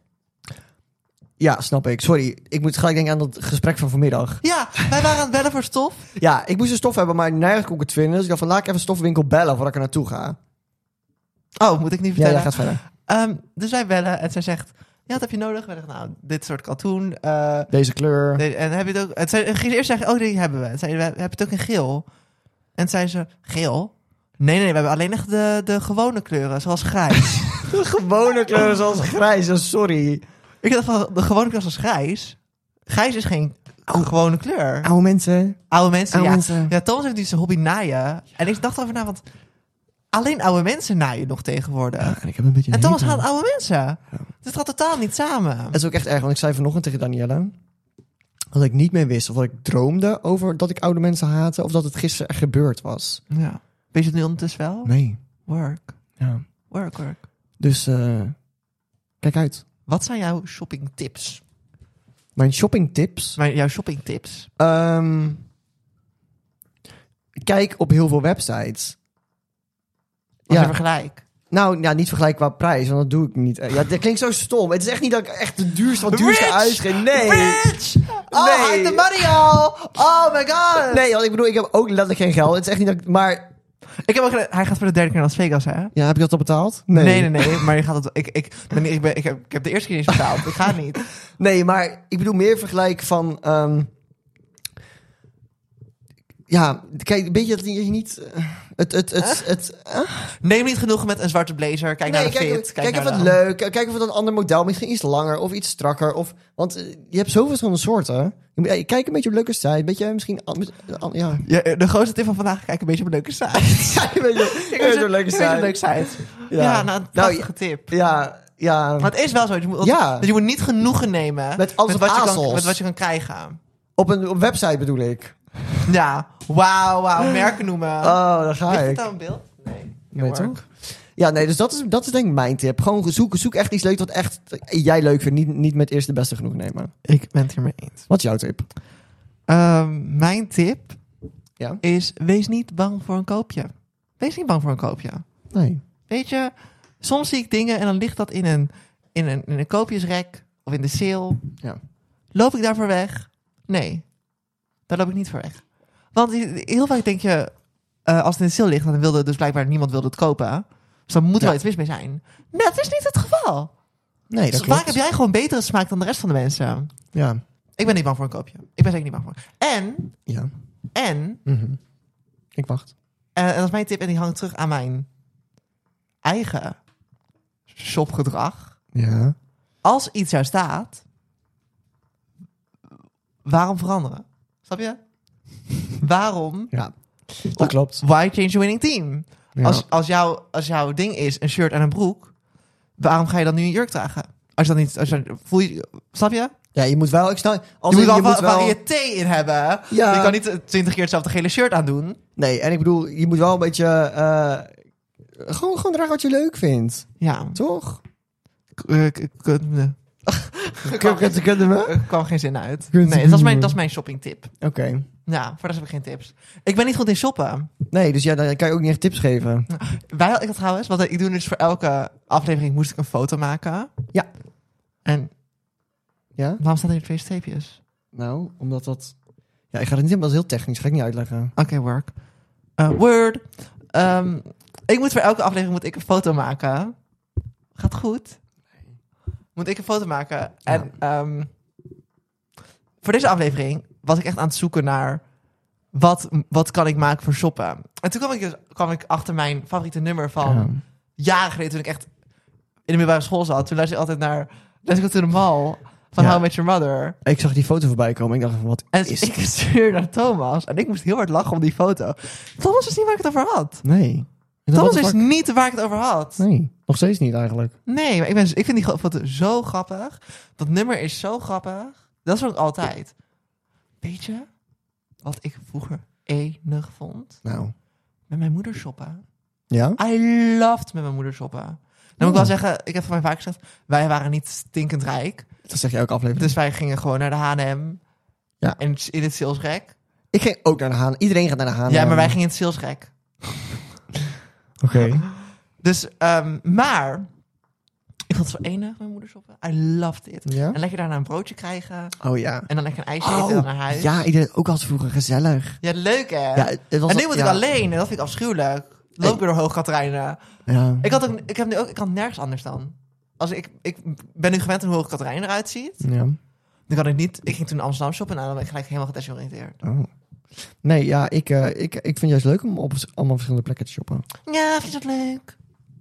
Ja, snap ik. Sorry, ik moet gelijk denken aan dat gesprek van vanmiddag. Ja, wij waren aan het bellen voor stof. Ja, ik moest een stof hebben, maar nergens kon ik het vinden. Dus ik dacht van, laat ik even een stofwinkel bellen voordat ik er naartoe ga. Oh, moet ik niet Ja, vertellen? jij gaat verder. Um, dus wij bellen en zij zegt, ja, wat heb je nodig? Wij zeggen, nou, dit soort katoen. Uh, Deze kleur. de- en heb je het ook... En zij ging ze eerst zeggen, oh, die hebben we. En zei, heb je het ook in geel? En zei ze, geel? Nee, nee, we hebben alleen echt de, de gewone kleuren, zoals grijs. Gewone kleuren zoals grijs, oh, sorry. Ik dacht van, de gewone kleur zoals grijs? Grijs is geen gewone kleur. Oude mensen. Oude mensen, Oude ja. mensen. Ja, Thomas heeft die zijn hobby naaien. En ik dacht erover na, want alleen oude mensen naaien nog tegenwoordig. Ja, en ik heb een beetje En een Thomas hekel. haat oude mensen. Dus het gaat totaal niet samen. Het is ook echt erg, want ik zei vanochtend tegen Danielle dat ik niet meer wist of dat ik droomde over dat ik oude mensen haatte of dat het gisteren echt gebeurd was. Ja. Weet je het nu ondertussen wel? Nee. Work. Ja. Work, work. Dus uh, kijk uit. Wat zijn jouw shoppingtips? Mijn shoppingtips. Mijn, jouw shoppingtips? Um, kijk op heel veel websites. Als Ja. je vergelijk. Nou, ja, niet vergelijk qua prijs, want dat doe ik niet. Ja, dat klinkt zo stom. Het is echt niet dat ik echt de duurste wat duurste Rich! uitgeef. Nee. Rich! Oh, Nee. I have the money all! Oh my god! Nee, want ik bedoel, ik heb ook letterlijk geen geld. Het is echt niet dat ik... Maar Ik heb ook, hij gaat voor de derde keer naar Las Vegas, hè? Ja, heb je dat al betaald? Nee, nee, nee. nee maar je gaat het. Ik, ik, ben, ik, ben, ik, heb, ik heb de eerste keer eens betaald. Ik ga niet. Nee, maar ik bedoel meer vergelijk van. Um, ja, kijk, een beetje dat je niet. Uh, het. het, het, huh? het uh? Neem niet genoeg met een zwarte blazer. Kijk nee, naar de kijk, fit. Kijk, kijk of het de... leuk. Kijk of het een ander model. Misschien iets langer of iets strakker. Of, want uh, je hebt zoveel verschillende soorten. Je moet, ja, kijk een beetje op leuke site. Een beetje misschien. Uh, ja. ja, de grootste tip van vandaag. Kijk een beetje op een leuke site. ja, een beetje, een beetje op leuke site. Een leuke site. Ja, ja nou, een prachtige nou, tip. Ja. Ja. Maar het is wel zo. Je moet, ja. je moet niet genoegen nemen met, alles met, wat je kan, met wat je kan krijgen. Op een op website bedoel ik. Ja. Wauw, wauw. Merken noemen. Oh, daar ga Ligt ik. het nou een beeld? Nee. Nee, toch? Ja, nee, dus dat is, dat is denk ik mijn tip. Gewoon zoek, zoek echt iets leuks wat echt jij leuk vindt. Niet, niet met eerst de beste genoeg nemen. Ik ben het hiermee eens. Wat is jouw tip? Um, mijn tip ja? is, wees niet bang voor een koopje. Wees niet bang voor een koopje. Nee. Weet je, soms zie ik dingen en dan ligt dat in een, in een, in een koopjesrek of in de sale. Ja. Loop ik daarvoor weg? Nee, daar loop ik niet voor weg. Want heel vaak denk je, uh, als het in de sale ligt, dan wilde dus blijkbaar niemand wilde het kopen. Dus dan moet er ja. wel iets mis mee zijn. Nee, dat is niet het geval. Nee, dat dus klopt. vaak heb jij gewoon betere smaak dan de rest van de mensen. Ja. Ik ben niet bang voor een koopje. Ik ben zeker niet bang voor. En, ja. en, mm-hmm. Ik wacht. Uh, en dat is mijn tip en die hangt terug aan mijn eigen shopgedrag. Ja. Als iets er staat, waarom veranderen? Snap je? Waarom? Ja, dat klopt. Why change a winning team? Ja. Als, als, jou, als jouw ding is een shirt en een broek, waarom ga je dan nu een jurk dragen? Als je dan niet, als je, voel je, snap je? Ja, je moet wel, ik snap, als je moet wel, je moet wel variëteit in hebben. Ja. Je kan niet twintig keer hetzelfde gele shirt aandoen. Nee, en ik bedoel, je moet wel een beetje, uh, gewoon, gewoon dragen wat je leuk vindt. Ja. Toch? Ik kwam geen zin uit. Nee, dat is mijn, dat is mijn shoppingtip. Oké. Okay. Ja, voor dat heb ik geen tips. Ik ben niet goed in shoppen. Nee, dus ja, dan kan je ook niet echt tips geven. Wij, ik had trouwens, want ik doe dus voor elke aflevering moest ik een foto maken. Ja. En ja? waarom staan er twee streepjes? Nou, omdat dat... Ja, ik ga het niet helemaal heel technisch, ga ik niet uitleggen. Oké, okay, work. Uh, word. Um, ik moet voor elke aflevering moet ik een foto maken. Gaat goed? Moet ik een foto maken. En ja. um, voor deze aflevering was ik echt aan het zoeken naar wat, wat kan ik maken voor shoppen. En toen kwam ik, dus, kwam ik achter mijn favoriete nummer van ja. jaren geleden, toen ik echt in de middelbare school zat. Toen luisterde ik altijd naar Let's Go to the Mall van ja. How I Met Your Mother. Ik zag die foto voorbij komen. Ik dacht, wat en is ik stuurde naar Thomas en ik moest heel hard lachen om die foto. Thomas wist niet waar ik het over had. Nee. Thomas wist niet waar ik het over had. Nee, nog steeds niet eigenlijk. Nee, maar ik, ben, ik vind die foto zo grappig. Dat nummer is zo grappig. Dat is ook altijd. Weet je wat ik vroeger enig vond? Nou. Met mijn moeder shoppen. Ja? I loved met mijn moeder shoppen. Dan oh. moet ik wel zeggen, ik heb van mij vaak gezegd, wij waren niet stinkend rijk. Dat zeg je ook aflevering. Dus wij gingen gewoon naar de H en M. Ja. En in het salesrek. Ik ging ook naar de H en M. Iedereen gaat naar de H en M. Ja, maar wij gingen in het salesrek. Oké. Okay. Dus, um, maar... Ik vond het zo enig, mijn moeder shoppen. I loved it. Ja? En lekker daarna een broodje krijgen. Oh ja. En dan lekker een ijsje oh, eten en dan naar huis. Ja, iedereen ook als vroeger gezellig. Ja, leuk hè? Ja, het was en nu al, moet ja. ik alleen en dat vind ik afschuwelijk. Loop ik hey. door Hoog-Katerijnen. Ja. Ik, had ook, ik, heb nu ook, ik kan nergens anders dan. Als ik, ik ben nu gewend hoe Hoog-Katerijnen eruit ziet. Ja. Dan kan ik niet... Ik ging toen in Amsterdam shoppen en dan ben ik gelijk helemaal gedesoriënteerd. Oh. Nee, ja, ik, uh, ik, ik vind het juist leuk om op allemaal verschillende plekken te shoppen. Ja, vind je dat leuk?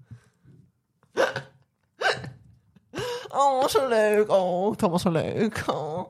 Oh, zo leuk. Oh, Thomas, zo leuk. Oh.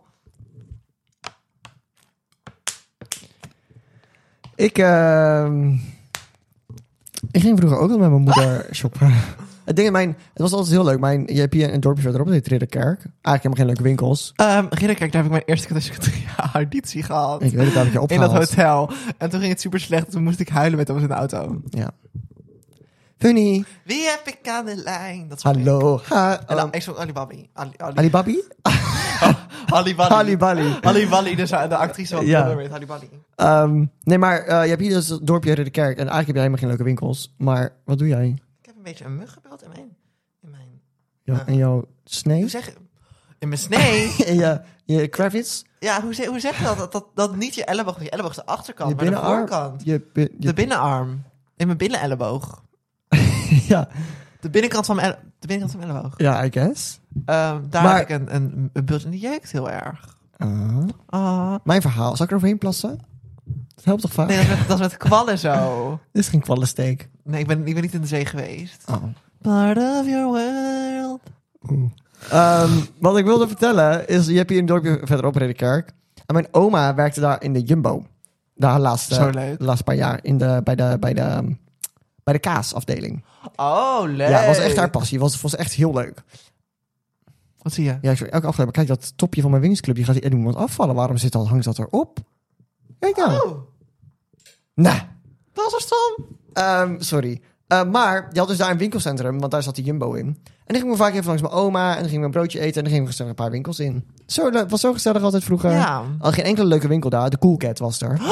Ik, uh, ik ging vroeger ook al met mijn moeder shoppen. Het ding, mijn, het was altijd heel leuk. Mijn, je hebt hier een dorpje verderop, dat heet Ridderkerk. Eigenlijk helemaal geen leuke winkels. Um, Ridderkerk, daar heb ik mijn eerste auditie gehad. Ik weet het, daar heb ik je opgehaald. In dat hotel. En toen ging het super slecht. Toen moest ik huilen met ons in de auto. Ja. Funny. Wie heb ik aan de lijn? Dat Hallo. Ha, en dan, um, ik zong Alibabi. Ali, Ali. Alibabi? Alibali. Alibali. Alibali, dus de actrice van ja. de met Alibali. Um, nee, maar uh, je hebt hier dus het dorpje Ridderkerk. En eigenlijk heb jij helemaal geen leuke winkels. Maar wat doe jij? Ik heb een beetje een muggenbeeld in mijn... In mijn ja, uh, en jouw snee? Hoe zeg je? In mijn snee? En je, je Kravitz? Ja, hoe zeg, hoe zeg je dat? dat? Dat dat niet je elleboog, je elleboog is de achterkant, je maar de voorkant. Je, je, de binnenarm. In mijn binnenelleboog. ja. De binnenkant van mijn, elle- de binnenkant van mijn elleboog. ja, I guess. Um, daar Maar- heb ik een, een, een bult en die jeukt heel erg. Uh, Ah. mijn verhaal. Zal ik er overheen plassen? Dat helpt toch vaak? Nee, dat is, met, dat is met kwallen zo. Dit is geen kwallensteek. Nee, ik ben, ik ben niet in de zee geweest. Oh. Part of your world. Oeh. Ehm, wat ik wilde vertellen is, je hebt hier een dorpje verderop, Ridderkerk. En mijn oma werkte daar in de Jumbo. Daar laatste, Zo leuk. de laatste paar jaar. In de, bij, de, bij, de, bij de kaasafdeling. Oh, leuk. Ja, was echt haar passie. Was, was echt heel leuk. Wat zie je? Ja, ik zei elke aflevering, kijk, dat topje van mijn winningsclub, die gaat er iemand afvallen. Waarom zit dat, hangt dat erop? Kijk nou. Oh, Nou, dat was zo stom. Ehm, sorry. Uh, maar die had dus daar een winkelcentrum, want daar zat die Jumbo in. En dan ging ik vaak even langs mijn oma en dan ging ik een broodje eten en dan ging ik gezellig een paar winkels in. Zo le- was zo gezellig altijd vroeger. Ja. Al geen enkele leuke winkel daar. De Cool Cat was er.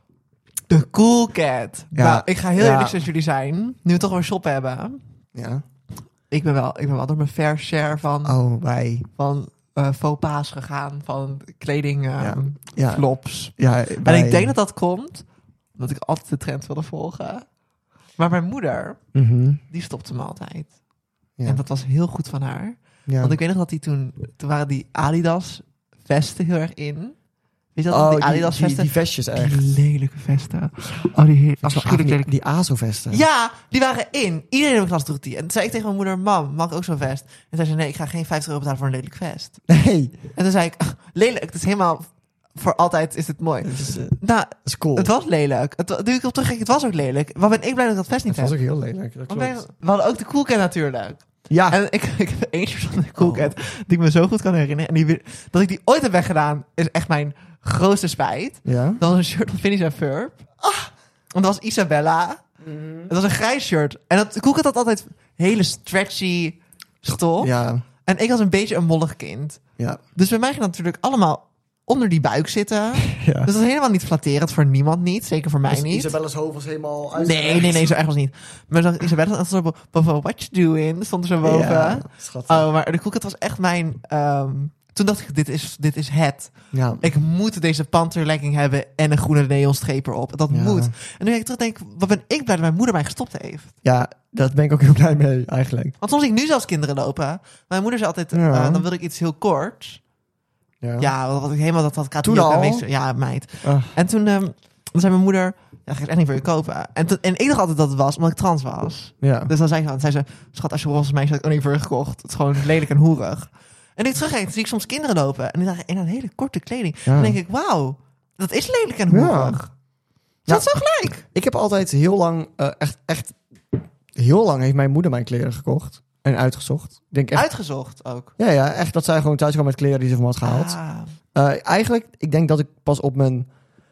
De Cool Cat. Ja. Nou, ik ga heel Ja. eerlijk met jullie zijn. Nu we toch weer shoppen hebben. Ja. Ik ben wel, ik ben wel door mijn fair share van, Oh, wij. van uh, faux pas gegaan. Van kleding uh, Ja. Ja. flops. Ja, En wij. ik denk dat dat komt omdat ik altijd de trend wilde volgen. Maar mijn moeder, Mhm. die stopte me altijd. Ja. En dat was heel goed van haar. Ja. Want ik weet nog dat die toen... Toen waren die Adidas vesten heel erg in. Weet je dat? Oh, die die, Adidas die, vesten. die vestjes echt. Die lelijke vesten. Oh, die heer- afschuwelijk die, lelijk. die ASO-vesten. Ja, die waren in. Iedereen in mijn klas droeg die. En toen zei ik tegen mijn moeder, mam, mag ik ook zo'n vest? En zei ze, nee, ik ga geen vijftig euro betalen voor een lelijk vest. Nee. En toen zei ik, "Ach, lelijk, het is helemaal... Voor altijd is het mooi. Dat is, eh, Nou, dat is cool. het was lelijk. Het, nu ik op terugkijk, het was ook lelijk. Waar ben ik blij dat ik dat vest niet Het was heb? ook heel lelijk. Dat Want ben- klopt. we hadden ook de Cool Cat natuurlijk. Ja. En ik, ik heb één shirt van de Cool Oh. Cat die ik me zo goed kan herinneren. En die, weer- dat ik die ooit heb weggedaan, is echt mijn grootste spijt. Ja. Dat was een shirt van Phineas en Ferb. Ah, en dat was Isabella. Het was een grijs shirt. En dat, de Cool Cat had altijd hele stretchy stof. Ja. En ik was een beetje een mollig kind. Ja. Dus bij mij ging dat natuurlijk allemaal onder die buik zitten. Ja. Dus dat is helemaal niet flatterend voor niemand niet. Zeker voor mij Dus niet. Isabella's hoofd was helemaal uit. Nee, nee, nee, zo erg was het niet. Maar dan Isabella stond zo bo- boven, what you doing? Stond er zo boven. Ja, schattig. Oh, maar de Cool Cat was echt mijn... ehm, toen dacht ik, dit is, dit is het. Ja. Ik moet deze panterlegging hebben en een groene neonstreep erop. Dat Ja. moet. En nu ik terug denk, wat ben ik blij dat mijn moeder mij gestopt heeft. Ja, daar ben ik ook heel blij mee, eigenlijk. Want soms zie ik nu zelfs kinderen lopen. Mijn moeder zei altijd, Ja. eh, dan wil ik iets heel kort. Ja. Ja, wat ik helemaal dat had Toen ook aan al? meester- Ja, meid. Ah, En toen ehm, toen zei mijn moeder, ja, dat ga ik echt niet voor je kopen. En, toen- en ik dacht altijd dat het was, omdat ik trans was. ja. Dus dan zei ze, dan zei ze, schat, als je roze meisje had ik ook niet voor je gekocht. Het is gewoon lelijk en hoerig. En ik terugkijk, dan zie ik soms kinderen lopen. En die dragen in een hele korte kleding. Ja. Dan denk ik, wauw, dat is lelijk en Ja. hoerig. Ja. Dat is zo gelijk. Ik heb altijd heel lang, eh, echt, echt heel lang heeft mijn moeder mijn kleren gekocht en uitgezocht. Ik denk echt, Uitgezocht ook. ja, ja, echt dat zij gewoon thuis kwam met kleren die ze van me had gehaald. Ah, Eh, eigenlijk, ik denk dat ik pas op mijn,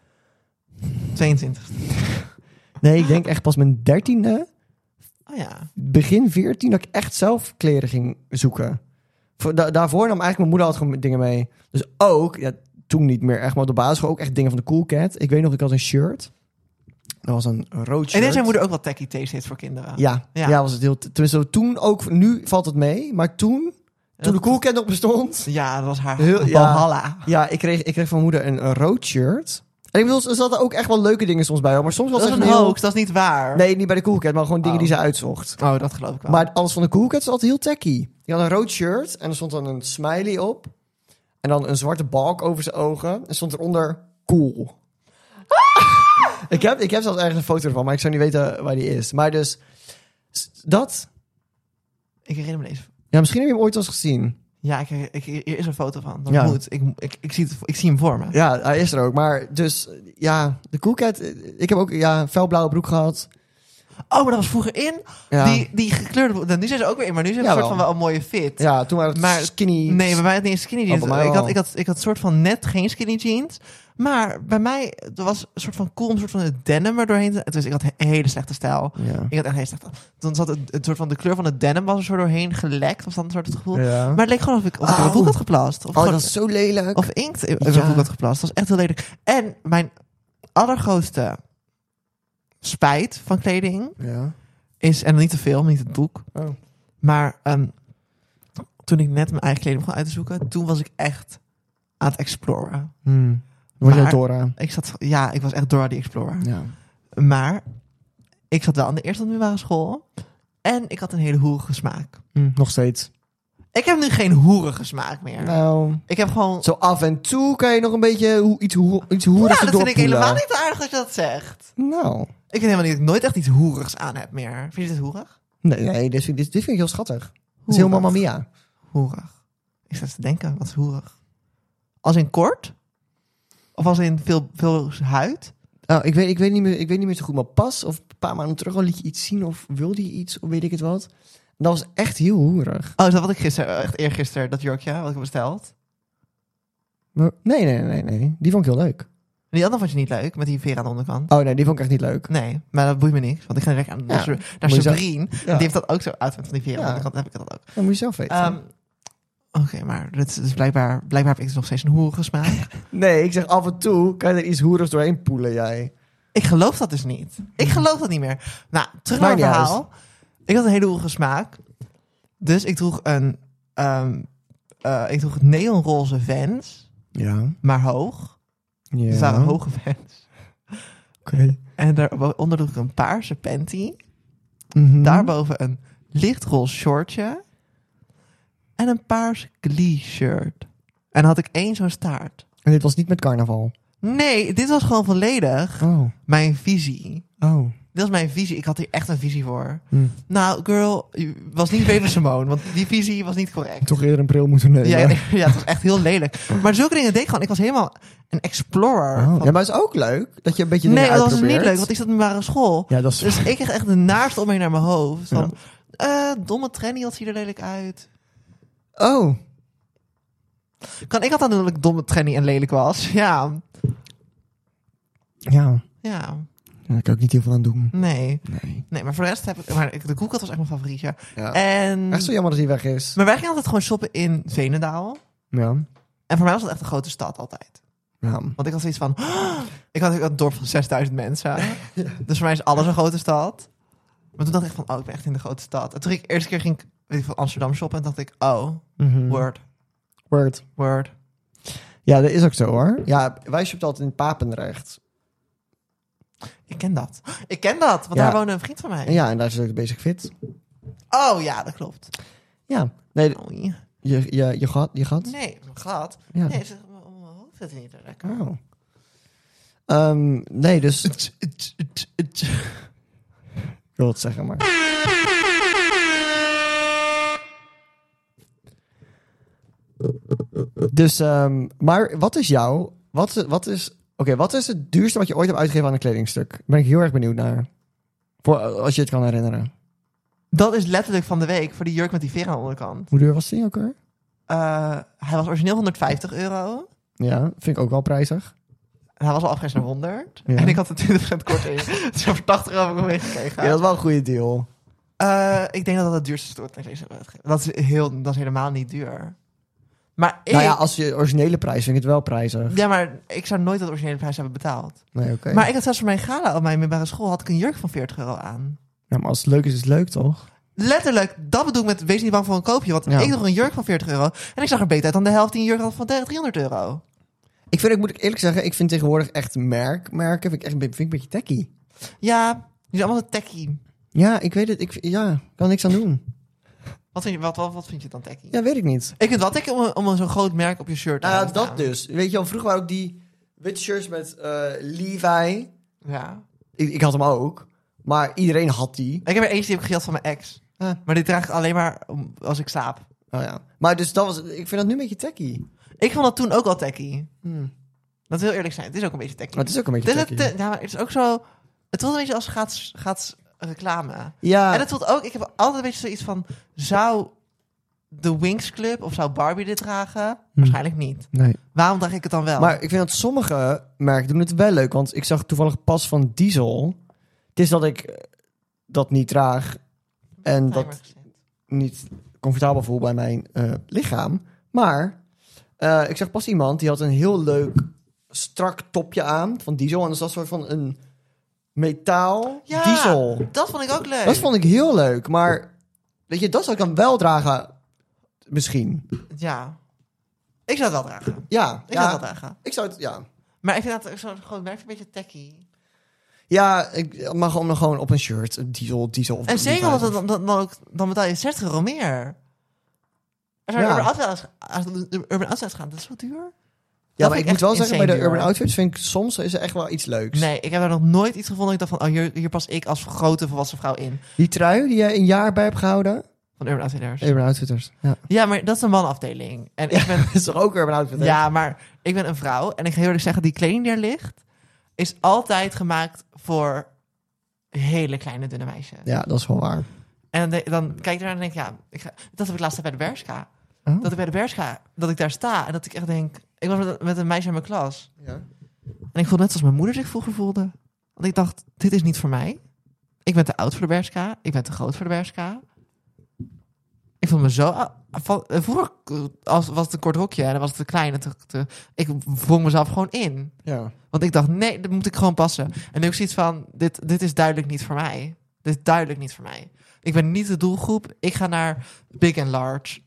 tweeëntwintig. nee, ik denk echt pas mijn dertiende, Oh ja. begin veertien, dat ik echt zelf kleren ging zoeken. Voor, da- daarvoor nam eigenlijk mijn moeder altijd gewoon dingen mee. Dus ook, ja, toen niet meer echt, maar op de basisschool ook echt dingen van de Cool Cat. Ik weet nog, ik had een shirt. Dat was een rood shirt. En heeft zijn moeder ook wat techie taste heeft voor kinderen. Ja, Ja. ja. was het heel... Tenminste, toen ook... Nu valt het mee, maar toen... Toen de Cool Cat nog bestond... Ja, dat was haar Heel- ja. Valhalla. Ja, ik kreeg, ik kreeg van moeder een, een rood shirt. En ik bedoel, er zaten ook echt wel leuke dingen soms bij. Hoor. Maar soms was Dat is het een echt heel... hoax, dat is niet waar. Nee, niet bij de Cool Cat, maar gewoon dingen Oh. die ze uitzocht. Oh, dat geloof ik wel. Maar alles van de Cool Cat is altijd heel tacky. Die had een rood shirt en er stond dan een smiley op. En dan een zwarte balk over zijn ogen. En stond eronder cool. ik, heb, ik heb zelfs ergens een foto ervan, maar ik zou niet weten waar die is. Maar dus, s- dat... Ik herinner me deze. Ja, misschien heb je hem ooit wel eens gezien. Ja, ik, ik, hier is een foto van. Dat Ja. moet. Ik, ik, ik, zie het, ik zie hem voor me. Ja, hij is er ook. Maar dus, ja, de Cool Cat... Ik heb ook ja, een felblauwe broek gehad. Oh, maar dat was vroeger in. Ja, Die, die gekleurde... Nu zijn ze ook weer in, maar nu zijn ze Ja, een soort wel. van wel een mooie fit. ja toen waren het Maar- skinny... Nee, bij mij had het niet eens skinny jeans. Oh, bij mij ik, wel. had, ik, had, ik had een soort van net geen skinny jeans. Maar bij mij er was een soort van cool, een soort van het denim er doorheen. te- Dus ik had een hele slechte stijl. Ja. Ik had echt een hele slechte. Dan zat het, het soort van de kleur van het denim was er zo doorheen gelekt. Of dan een soort het gevoel. Ja. Maar het leek gewoon of ik, of ik in mijn Oh. broek had geplast. Of, Oh, gewoon- dat is zo lelijk. of inkt in Ja. mijn broek had geplast. Dat was echt heel lelijk. En mijn allergrootste spijt van kleding Ja. is, en niet te veel, niet het boek. Oh. Maar ehm, toen ik net mijn eigen kleding begon uit te zoeken, toen was ik echt aan het exploren. Hmm. Word jij Maar- Dora? Ik zat, ja, ik was echt Dora die Explorer. Ja. Maar ik zat wel aan de eerste middelbare school. En ik had een hele hoerige smaak. Hm, nog steeds. Ik heb nu geen hoerige smaak meer. Nou, Ik heb gewoon... zo af en toe kan je nog een beetje hoe, iets, hoe, iets hoerigs Nou, dat vind ik doorpoelen. helemaal niet aardig dat je dat zegt. Nou, Ik vind helemaal niet dat ik nooit echt iets hoerigs aan heb meer. Vind je dit hoerig? nee, nee dit, vind, dit, dit vind ik heel schattig. Dat is Hoerig. heel Mamma Mia. Hoerig. Ik sta te denken, wat is hoerig? Als in kort? Of als in veel, veel huid? Oh, ik, weet, ik, weet niet meer, ik weet niet meer zo goed, maar pas of een paar maanden terug al liet je iets zien of wilde je iets of weet ik het wat. Dat was echt heel hoerig. Oh, is dat wat ik gisteren, echt eergisteren, dat jurkje, wat ik heb besteld? Maar, nee, nee, nee, nee. Die vond ik heel leuk. Die andere vond je niet leuk, met die veer aan de onderkant? Oh nee, die vond ik echt niet leuk. Nee, maar dat boeit me niks. Want ik ga direct aan naar, Ja, Sa- naar moet je zo- Sabrine. Ja. Die heeft dat ook zo uit met van die veer aan de Ja. onderkant. Dan heb ik dat ook. Dat moet je zelf weten. Ehm, Oké, maar dit is dus blijkbaar, blijkbaar heb ik dus nog steeds een hoerige smaak. nee, ik zeg af en toe kan je er iets hoerigs doorheen poelen, jij. Ik geloof dat dus niet. Ik geloof dat niet meer. Nou, terug naar Maakt het niet verhaal. Ik had een hele hoerige smaak. Dus ik droeg een... ehm uh, ik droeg neonroze Vans, Ja. maar hoog. Ja. Dus het waren hoge Vans. Oké. En daaronder droeg ik een paarse panty. Mhm. Daarboven een lichtroze shortje. En een paars Glee shirt. En dan had ik één zo'n staart. En dit was niet met carnaval. Nee, dit was gewoon volledig Oh. mijn visie. Oh. Dit was mijn visie. Ik had hier echt een visie voor. Hm. Nou, girl, je was niet Baby Simone, want die visie was niet correct. Toch eerder een bril moeten nemen. Ja, ja, ja, het was echt heel lelijk. Maar zulke dingen deed ik gewoon. Ik was helemaal een explorer. Oh. van- Ja, maar het is ook leuk dat je een beetje nee, dingen dat was uitprobeert. niet leuk, want ik zat in de middelbare school. Ja, dat is... Dus ik kreeg echt de naaste omheen naar mijn hoofd. Van, Ja. eh, domme tranny, wat ziet er lelijk uit. Oh. Kan ik altijd doen dat ik domme tranny en lelijk was? Ja. Ja. Ja. Daar kan ik niet heel veel aan doen. Nee. Nee. Nee, maar voor de rest heb ik... Maar ik- de koelkast was echt mijn favorietje. Ja. En... Echt zo jammer dat hij weg is. Maar wij gingen altijd gewoon shoppen in Veenendaal. Ja. En voor mij was dat echt een grote stad altijd. Ja. Want ik had zoiets van... ik had een dorp van zesduizend mensen. Dus voor mij is alles een grote stad. Maar toen dacht ik van... Oh, ik ben echt in de grote stad. En toen ik de eerste keer ging... Weet ik, van Amsterdam shoppen. En dacht ik... Oh, Mhm. word, Word. word. Ja, dat is ook zo hoor. Ja, wij shoppen altijd in Papendrecht. Ik ken dat. Ik ken dat. Want Ja. daar woonde een vriend van mij. En ja, en daar is ook de Basic Fit. Oh ja, dat klopt. Ja. Nee, Oei. je, je, je gat. Je gat. Nee, glad. Ja. Nee, zeg, mijn mijn hoofd zit niet lekker. Oh. Ehm, nee, dus... Ik wil het zeggen, maar... Dus, ehm, maar wat is jouw... Wat, wat is... Oké, wat is het duurste wat je ooit hebt uitgegeven aan een kledingstuk? Daar ben ik heel erg benieuwd naar. Voor, als je het kan herinneren. Dat is letterlijk van de week voor die jurk met die veer aan de onderkant. Hoe duur was die ook hoor? Uh, hij was origineel honderdvijftig euro. Ja, vind ik ook wel prijzig. En hij was al afgereisd naar honderd. Ja. En ik had er twintig procent korting. Dus voor tachtig euro heb ik hem meegekregen. Ja, dat is wel een goede deal. Uh, ik denk dat dat het duurste is wat ik deze heb uitgegeven. Dat is, heel, dat is helemaal niet duur. Maar ik... Nou ja, als je originele prijs vind ik het wel prijzig. Ja, maar ik zou nooit dat originele prijs hebben betaald. Nee, oké. Maar ik had zelfs voor mijn gala op mijn middelbare school... had ik een jurk van veertig euro aan. Ja, maar als het leuk is, is het leuk, toch? Letterlijk, dat bedoel ik met wees niet bang voor een koopje. Want Ja. ik droeg een jurk van veertig euro. En ik zag er beter uit dan de helft die een jurk had van driehonderd euro. Ik vind, ik moet ik eerlijk zeggen, ik vind tegenwoordig echt merk, merken, vind ik echt een, vind ik een beetje tacky. Ja, die zijn allemaal zo tacky. Ja, ik weet het. Ik, ja, kan niks aan doen. Wat vind je, wat, wat, wat vind je dan tacky? Ja, weet ik niet. Ik vind het wel tacky om, een- om een zo'n groot merk op je shirt te Nou ja, hebben dat staan. dus. Weet je wel, vroeger waren ook die witte shirts met eh, Levi. Ja. Ik, ik had hem ook. Maar iedereen had die. Ik heb er eentje die heb ik gejat van mijn ex. Ah. Maar die draag ik alleen maar om, als ik slaap. Oh ja. Maar dus dat was... Ik vind dat nu een beetje tacky. Ik vond dat toen ook al tacky. Hmm. Dat wil eerlijk zijn. Het is ook een beetje tacky. Maar het is ook een beetje Het is, tacky. het, ja, maar het is ook zo... Het voelt een beetje als gaat, gaat reclame. Ja. En het voelt ook... Ik heb altijd een beetje zoiets van... Zou de Winx Club of zou Barbie dit dragen? Waarschijnlijk niet. Nee. Waarom draag ik het dan wel? Maar ik vind dat sommige merken doen het wel leuk. Want ik zag toevallig pas van Diesel. Het is dat ik eh, dat niet draag. En dat niet comfortabel voel bij mijn eh, lichaam. Maar eh, ik zag pas iemand die had een heel leuk strak topje aan van Diesel. En dat was een soort van een metaal Ja, Diesel. dat vond ik ook leuk. Dat vond ik heel leuk. Maar weet je, dat zou ik dan wel dragen. Misschien. Ja. Ik zou het wel dragen. Ja, Ik ja, zou het wel dragen. ik zou het, ja. Maar ik vind dat zo'n groot merk een beetje tacky. Ja, ik mag gewoon, gewoon op een shirt. Een diesel, diesel. Of En zeker, want dan, dan, dan, ook, dan betaal je zestig euro meer. Als je Ja. naar Urban Outfitters, als de Urban Outfitters gaat, dat is wel duur. Ja, Dat maar ik vind moet echt wel zeggen, bij de insane Urban duur. Outfitters vind ik soms is er echt wel iets leuks. Nee, ik heb daar nog nooit iets gevonden. Ik dacht van, oh, hier, hier pas ik als grote volwassen vrouw in. Die trui die je een jaar bij hebt gehouden? Van Urban Outfitters. Urban Outfitters, ja. Ja, maar dat is een manafdeling. En ik ben... Dat is toch ook Urban Outfitters? Ja, maar ik ben een vrouw. En ik ga heel eerlijk zeggen, die kleding die er ligt... is altijd gemaakt voor hele kleine, dunne meisjes. Ja, dat is wel waar. En dan, de- dan kijk ik daar en denk ik, ja... Ik ga, dat heb ik laatst bij de Bershka. Oh. Dat ik bij de Bershka, dat ik daar sta... en dat ik echt denk... Ik was met, met een meisje in mijn klas. Ja. En ik voelde net zoals mijn moeder zich vroeger voelde. Want ik dacht, dit is niet voor mij. Ik ben te oud voor de Bershka. Ik ben te groot voor de Bershka. Ik voelde me zo... ah, van- Vroeger als, was het een kort rokje en dan was het te klein. En te, te, ik wrong mezelf gewoon in. Ja. Want ik dacht, nee, dat moet ik gewoon passen. En nu ik zoiets van, dit, dit is duidelijk niet voor mij. Dit is duidelijk niet voor mij. Ik ben niet de doelgroep. Ik ga naar Big and Large.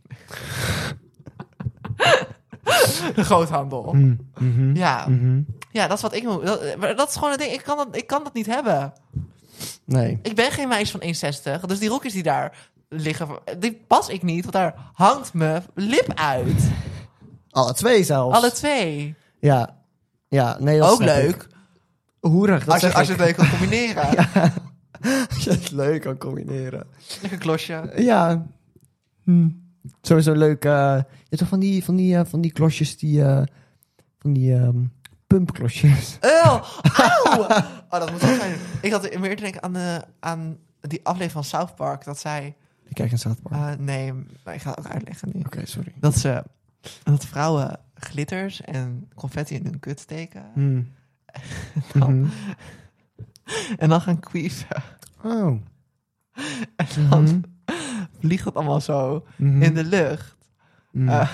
De groothandel. Mm, mhm, Ja. mhm. Ja, dat is wat ik moet. Dat, maar dat is gewoon een ding. Ik kan dat, ik kan dat niet hebben. Nee. Ik ben geen meisje van één zestig. Dus die rokjes die daar liggen, die pas ik niet. Want daar hangt mijn lip uit. Alle twee zelfs. Alle twee. Ja. Ja, nee, dat Ook snap leuk. ik. Hoerig, dat Als je, zeg als je ik. het leuk kan combineren. Ja. Als je het leuk kan combineren. Lekker klosje. Ja. Hm. Sowieso leuk. eh je hebt toch van die, van die, eh, van die klosjes die... eh, van die ehm pumpklosjes. Eeuw, auw. Oh, dat moet wel zijn. Ik had meer te denken aan, de, aan die aflevering van South Park. Dat zij... Ik kijk naar South Park. Uh, nee, maar ik ga het ook uitleggen nu. Oké, okay, sorry. Dat ze... Dat vrouwen glitters en confetti in hun kut steken. Hm. Dan, Mhm. En dan gaan queefen. Oh. En dan Mhm. vliegt het allemaal zo Mhm. in de lucht. Mhm. Uh,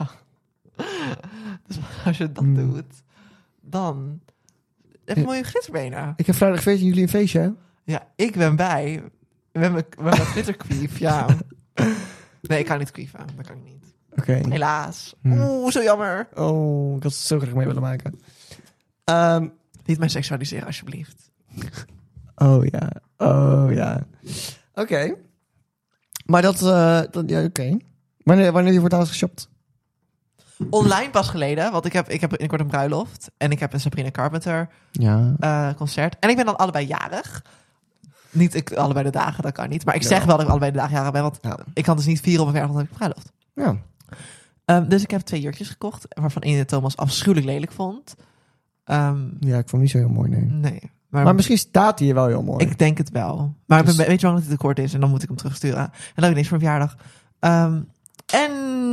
dus als je dat Mm. doet, dan heb je mooie glitterbenen. Ik heb vrijdag veertien juli een feestje, hè? Ja, ik ben bij. Met mijn, met mijn glitterqueef, ja. Nee, ik kan niet queefen. Dat kan ik niet. Oké. Helaas. Hmm. Oeh, zo jammer. Oh, ik had het zo graag mee willen maken. Ehm, Niet mij seksualiseren, alsjeblieft. oh ja. Oh ja. Oké. Maar dat... eh, dat ja, oké. Wanneer, wanneer je voor het laatst geshopt? Online pas geleden, want ik heb, ik heb binnenkort een bruiloft. En ik heb een Sabrina Carpenter Ja. eh, concert. En ik ben dan allebei jarig. Niet ik, allebei de dagen, dat kan niet. Maar ik Ja. zeg wel dat ik allebei de dagen jarig ben. Want Ja. ik kan dus niet vieren op een verjaardag, want ik heb bruiloft. Ja. Um, dus ik heb twee jurkjes gekocht. Waarvan één de Thomas afschuwelijk lelijk vond. Um, Ja, ik vond hem niet zo heel mooi, nee. nee. Maar, Maar misschien staat hij hier wel heel mooi. ik denk het wel. Maar Dus- weet je wel dat het te kort is? En dan moet ik hem terugsturen. En dan heb ik niks voor mijn verjaardag. Um, en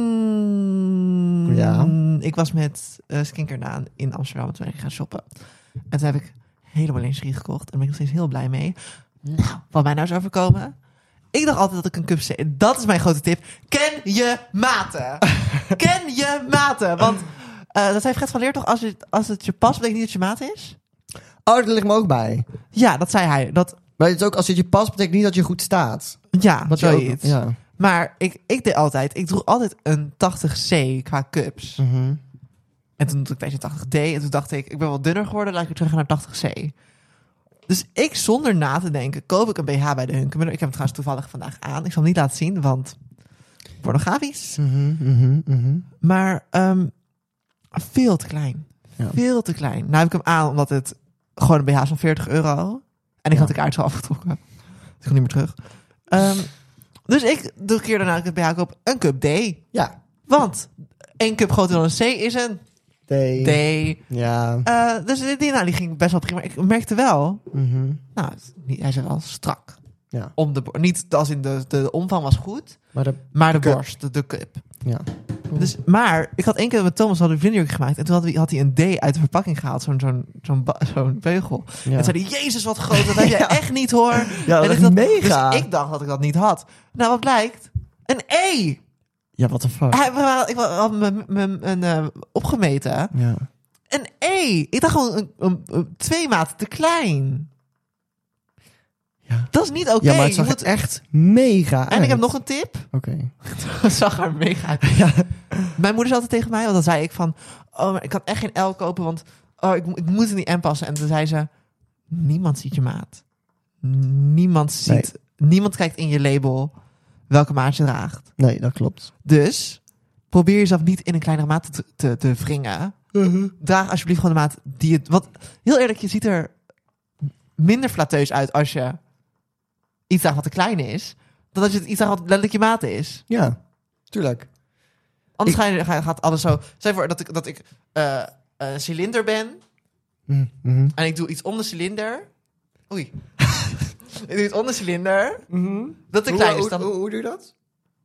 Ja. ik was met uh, Skincare Naan in Amsterdam. En toen ben ik gaan shoppen. En toen heb ik helemaal lingerie gekocht. En daar ben ik nog steeds heel blij mee. Nou, wat mij nou is overkomen. Ik dacht altijd dat ik een cup C... Dat is mijn grote tip. Ken je maten. Ken je maten. Want uh, dat zei Fred van Leer toch. Als, je, als het je past, betekent niet dat je maat is? Oh, dat ligt me ook bij. Ja, dat zei hij. Dat, Maar het is ook, als het je past, betekent niet dat je goed staat. ja, Wat je ook- zoiets. Ja. Maar ik, ik deed altijd... Ik droeg altijd een tachtig C qua cups. Mhm. En toen droeg ik deze tachtig D. En toen dacht ik, ik ben wel dunner geworden. Laat ik weer terug gaan naar tachtig C. Dus ik, zonder na te denken, koop ik een B H bij de Hunkemuller. Ik heb het trouwens toevallig vandaag aan. Ik zal hem niet laten zien, want pornografisch. Mhm, mhm, mhm. Maar um, veel te klein. Ja. Veel te klein. Nou heb ik hem aan, omdat het gewoon een B H is van veertig euro. En ik Ja. had de kaart zo afgetrokken. Dus ik kon niet meer terug. Um, dus ik, de keer daarna dat ik het B H koop, een cup D. Ja. Want één cup groter dan een C is een D. D. Ja. Uh, dus die, nou, die ging best wel prima. Ik merkte wel, Mhm. nou, niet- hij is wel strak. Ja. Om de, bo- niet als in de, de omvang was goed, Maar de... maar de Cup. borst, de, de cup. Ja. Dus, maar ik had één keer met Thomas hadden we een vlinderjurk gemaakt. En toen had hij, had hij een D uit de verpakking gehaald. Zo'n zo'n zo'n ba- zo'n beugel. Ja. En zei hij, jezus wat groot. Dat heb je Ja. echt niet hoor. Ja, dat en is ik dacht, mega. Dus ik dacht dat ik dat niet had. Nou, wat blijkt? Een E! Ja, what the fuck. Hij, we waren- ik had me, me, me, een, uh, opgemeten. Ja. Een E! Ik dacht gewoon een, een, een, twee maten te klein. Ja. Dat is niet oké. Ja, maar het Je zag moet- er echt mega En ik heb nog een tip. Oké. Dat zag er mega uit. Ja. Mijn moeder zei altijd tegen mij, want dan zei ik van... Oh, maar ik kan echt geen L kopen, want oh, ik, mo- ik moet in die M passen. En toen zei ze... Niemand ziet je maat. Niemand ziet... Nee. Niemand kijkt in je label welke maat je draagt. Nee, dat klopt. Dus probeer jezelf niet in een kleinere maat te, te, te wringen. Uh-huh. Draag alsjeblieft gewoon de maat die het... Want heel eerlijk, je ziet er minder flatteus uit als je iets draagt wat te klein is, dan als je het iets draagt wat letterlijk je maat is. Ja, tuurlijk. Anders Ik- ga je, ga, gaat alles zo... Stel je voor dat ik, dat ik eh, een cilinder ben Mm-hmm. en ik doe iets om de cilinder. Oei. Ik doe iets om de cilinder. Mm-hmm. Dat te Hoe, klein is hoe, dan... hoe, hoe doe je dat?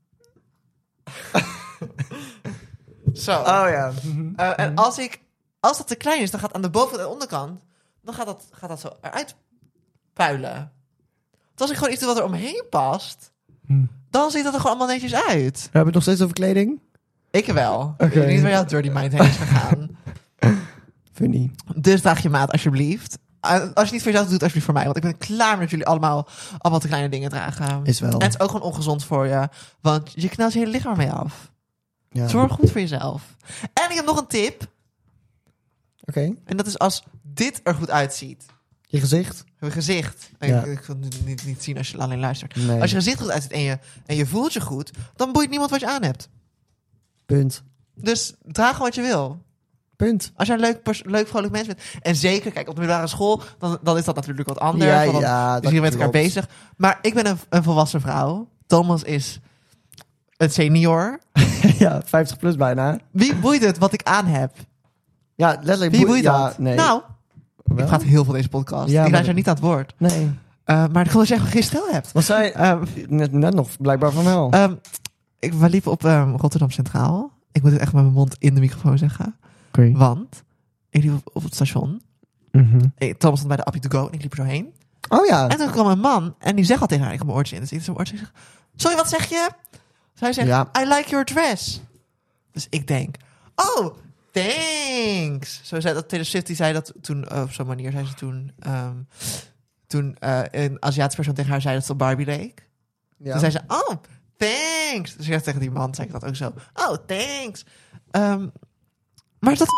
Zo. Oh ja. Mm-hmm. Eh, en als, ik, als dat te klein is, dan gaat aan de boven- en de onderkant... dan gaat dat, gaat dat zo eruit puilen. Dus als ik gewoon iets doe wat er omheen past... Hm. dan ziet dat er gewoon allemaal netjes uit. We hebben het nog steeds over kleding? Ik wel. Oké. Ik weet niet waar jouw dirty mind heen is gegaan. Funny. Dus draag je maat, alsjeblieft. Uh, als je het niet voor jezelf doet, alsjeblieft voor mij. Want ik ben klaar met jullie allemaal, allemaal te kleine dingen dragen. Is wel. En het is ook gewoon ongezond voor je. Want je knalt je hele lichaam mee af. Ja. Zorg goed voor jezelf. En ik heb nog een tip. Oké. En dat is als dit er goed uitziet. Je gezicht? Je gezicht. Ja. Ik, ik wil het niet, niet zien als je alleen luistert. Nee. Als je gezicht goed uitziet en je, en je voelt je goed... dan boeit niemand wat je aan hebt. Punt. Dus draag gewoon wat je wil. Punt. Als je een leuk, pers- leuk vrolijk mens bent. En zeker, kijk, op de middelbare school... dan, dan is dat natuurlijk wat anders. Ja, want dan ja, dus dat je met elkaar klopt. bezig. Maar ik ben een, een volwassen vrouw. Thomas is een senior. Ja, vijftig plus bijna. Wie boeit het wat ik aan heb? Ja, letterlijk. Wie boe- boeit ja, dat? Nee. Nou, Wel? ik praat heel veel deze podcast. Ja, ik maar- laat jou niet aan het woord. Nee. Uh, maar ik wil zeggen dat je geen stel hebt. Was zij Um, net, net nog blijkbaar van wel. um, ik, we liepen op um, Rotterdam Centraal. Ik moet het echt met mijn mond in de microfoon zeggen. Oké. Want ik liep op, op het station. Mhm. Ik- Thomas stond bij de Appie to Go en ik liep er zo heen. Oh ja. En toen kwam een man en die zegt al tegen haar, ik heb mijn oortje in. Dus ik zet mijn oortje in en zeg, sorry, wat zeg je? Zij zegt, Ja. I like your dress. Dus ik denk, oh, thanks. Zo zei dat Taylor Swift, die zei dat toen, uh, op zo'n manier zei ze toen, um, toen uh, een Aziatische persoon tegen haar zei dat ze op Barbie leek. Ja. Toen zei ze, oh, thanks. Dus ik zei tegen die man, zei ik dat ook zo, oh, thanks. Um, maar dat...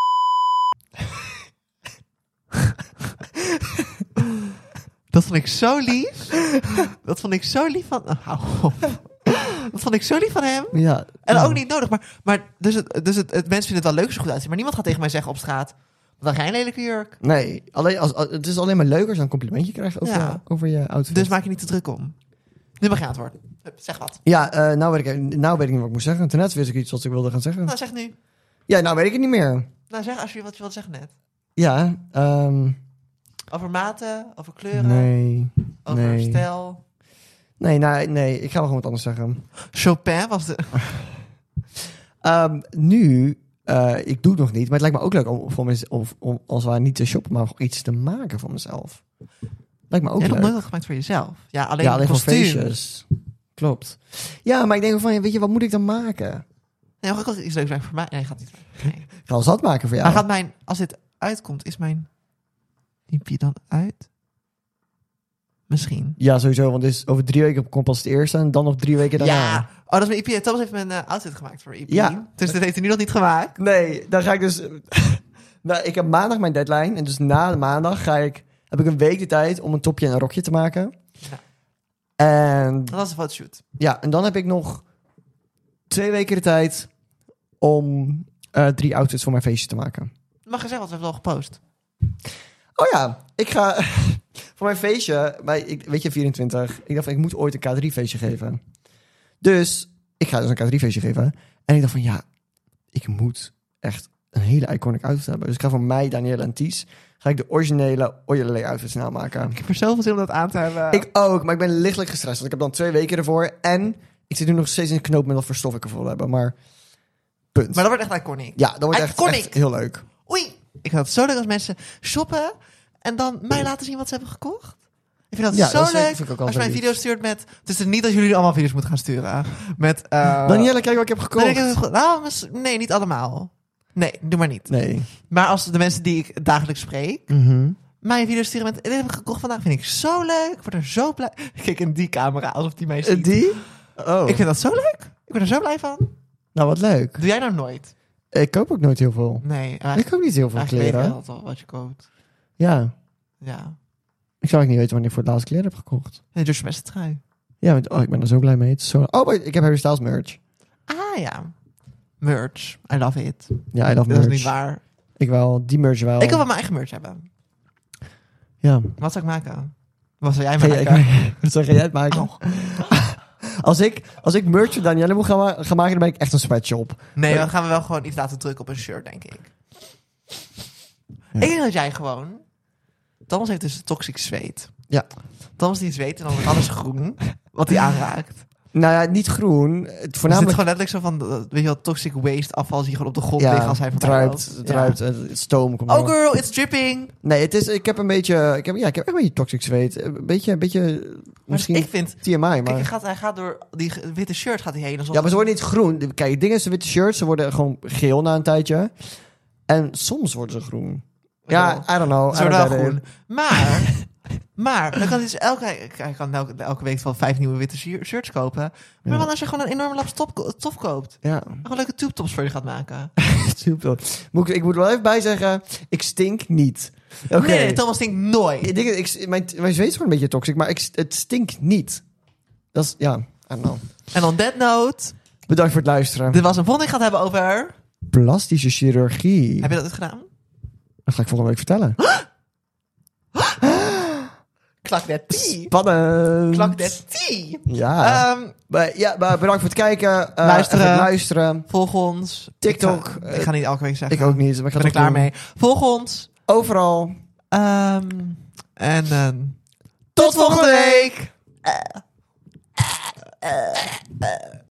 Dat vond ik zo lief. Dat vond ik zo lief van... Oh, hou op. Dat vond ik zo lief van hem. Ja. En Ja. ook niet nodig. Maar, maar dus het, dus het, het, mensen vinden het wel leuk als je goed uitziet. Maar niemand gaat tegen mij zeggen op straat... Wat ga jij een lelijke jurk? Nee, alleen als, als- het is alleen maar leuk als je een complimentje krijgt over, Ja. over je outfit. Dus maak je niet te druk om. Nu mag je aan het woord. Hup, zeg wat. Ja, eh, nou, weet ik, nou weet ik niet wat ik moet zeggen. Toen net wist ik iets wat ik wilde gaan zeggen. Nou, zeg nu. Ja, nou weet ik het niet meer. Nou, zeg als je wat je wilt zeggen net. Ja, ehm Over maten, over kleuren, nee. over nee. stijl. Nee, nou, nee, ik ga wel gewoon wat anders zeggen. Chopin was de... Ehm, nu, eh, ik doe het nog niet, maar het lijkt me ook leuk om, voor mez- om, om als het ware niet te shoppen, maar iets te maken van mezelf. Lijkt me ook Je hebt nog leuk. nooit wat gemaakt voor jezelf. Ja, alleen, ja, alleen voor kostuum. feestjes. Klopt. Ja, maar ik denk van, weet je, wat moet ik dan maken? Nee, mag ik ook iets leuks maken voor mij? Nee, gaat niet. Nee. Ik ga al zat maken voor jou. Maar gaat mijn, als dit uitkomt, is mijn E P dan uit? Misschien. Ja, sowieso, want dit is over drie weken komt pas het eerste en dan nog drie weken daarna. Ja. Oh, dat is mijn E P. Thomas heeft mijn uh, outfit gemaakt voor E P. Ja. Dus dit heeft hij nu nog niet gemaakt. Nee, dan ga ik dus... nou, ik heb maandag mijn deadline en dus na de maandag ga ik, heb ik een week de tijd om een topje en een rokje te maken. Ja. En Dat was een fotoshoot. ja, en dan heb ik nog twee weken de tijd om eh, drie outfits voor mijn feestje te maken. Mag je zeggen, wat we hebben al gepost. Oh ja, ik ga voor mijn feestje, bij, ik, weet je, vierentwintig. Ik dacht van, ik moet ooit een K drie feestje geven. Dus ik ga dus een K drie feestje geven. En ik dacht van, ja, ik moet echt een hele iconic outfit hebben. Dus ik ga voor mij, Danielle en Ties, ga ik de originele Ojelele outfits namaken. Ik heb er zoveel zin om dat aan te hebben. Ik ook, maar ik ben lichtelijk gestrest. Want ik heb dan twee weken ervoor. En ik zit nu nog steeds in de knoop met wat voor stof ik ervoor heb. Maar punt. Maar dat wordt echt iconic. Ja, dat wordt echt, Iconic. echt heel leuk. Oei. Ik vind het zo leuk als mensen shoppen en dan mij laten zien wat ze hebben gekocht. Ik vind dat Ja, zo dat is- leuk. vind ik ook altijd Als je mij een lief. video stuurt met... Het is niet dat jullie allemaal video's moeten gaan sturen. Met... uh, Danielle, kijk wat ik heb gekocht. Nee, ik heb het ge- nou, mis- nee, niet allemaal. Nee, doe maar niet. Nee. Maar als de mensen die ik dagelijks spreek... Mhm. mij een video sturen met... Dit heb ik gekocht vandaag. Vind ik zo leuk. Ik word er zo blij... Ik kijk in die camera alsof die mij ziet. Eh, Die? Oh. Ik vind dat zo leuk. Ik word er zo blij van. Nou, wat leuk. Doe jij nou nooit? Ik koop ook nooit heel veel. Nee. Ik koop niet heel veel Eigenlijk weet kleren. ik wel wat je koopt. Ja. Ja. Ik zou eigenlijk niet weten wanneer ik voor het laatst kleren heb gekocht. En dus beste trui. Ja, want- oh, ik ben er zo blij mee. Het is zo... Oh, maar ik heb Harry Styles merch. Ah ja. Merch. I love it. Ja, I love Dat merch. is niet waar. Ik wel, die merch wel. Ik wil wel mijn eigen merch hebben. Ja. Wat zou ik maken? Wat zou jij Ga maken? jij, wat zou jij het maken? Oh. Als ik, als ik merch voor Danielle moet gaan, ma- gaan maken, dan ben ik echt een sweatshop. Nee, dan gaan we wel gewoon iets laten drukken op een shirt, denk ik. Ja. Ik denk dat jij gewoon... Thomas heeft dus toxic zweet. Ja. Thomas die zweet en dan wordt alles groen. Wat hij aanraakt. Nou ja, niet groen. Het Voornamelijk... voornamelijk gewoon letterlijk zo van... uh, Weet je wel, toxic waste afval zie je gewoon op de grond liggen als hij voorbij druipt, loopt. druipt, Ja. het stoom komt Oh erop. girl, it's dripping. Nee, het is, ik heb een beetje, ik heb, ja, ik heb echt een beetje toxic zweet. Een beetje, een beetje, misschien Ik vind... T M I, maar... Kijk, hij gaat, hij gaat door die witte shirt gaat hij heen. Alsof Ja, maar ze worden niet groen. Kijk, het ding is, de witte shirts, ze worden gewoon geel na een tijdje. En soms worden ze groen. Ja, I don't know. Zo I don't wel get it. groen. Maar... Maar dan kan hij dus elke, hij kan elke, elke week van vijf nieuwe witte shir- shirts kopen. Maar Ja. wat als je gewoon een enorme lap stop, tof koopt? Ja. Gewoon leuke tube tops voor je gaat maken. Super. Moet ik, ik moet er wel even bij zeggen, ik stink niet. Oké. Nee, nee, Thomas denkt nooit. Ik denk, ik, mijn, mijn zweet is gewoon een beetje toxic, maar ik, het stinkt niet. Dat is, ja, I don't know. En on that note, Bedankt voor het luisteren. dit was een volgende. Ik ga het hebben over... Plastische chirurgie. Heb je dat ooit gedaan? Dat ga ik volgende week vertellen. Klak that tea. Spannend. Klak that tea. Ja. Ehm, Maar, ja, maar bedankt voor het kijken. Uh, Luisteren. en voor het luisteren. volg ons. TikTok. Ik ga, ik ga niet elke week zeggen. Ik ook niet. Maar ik ga Ik ben er het klaar doen. mee. Volg ons. Overal. Ehm, en uh, tot volgende week.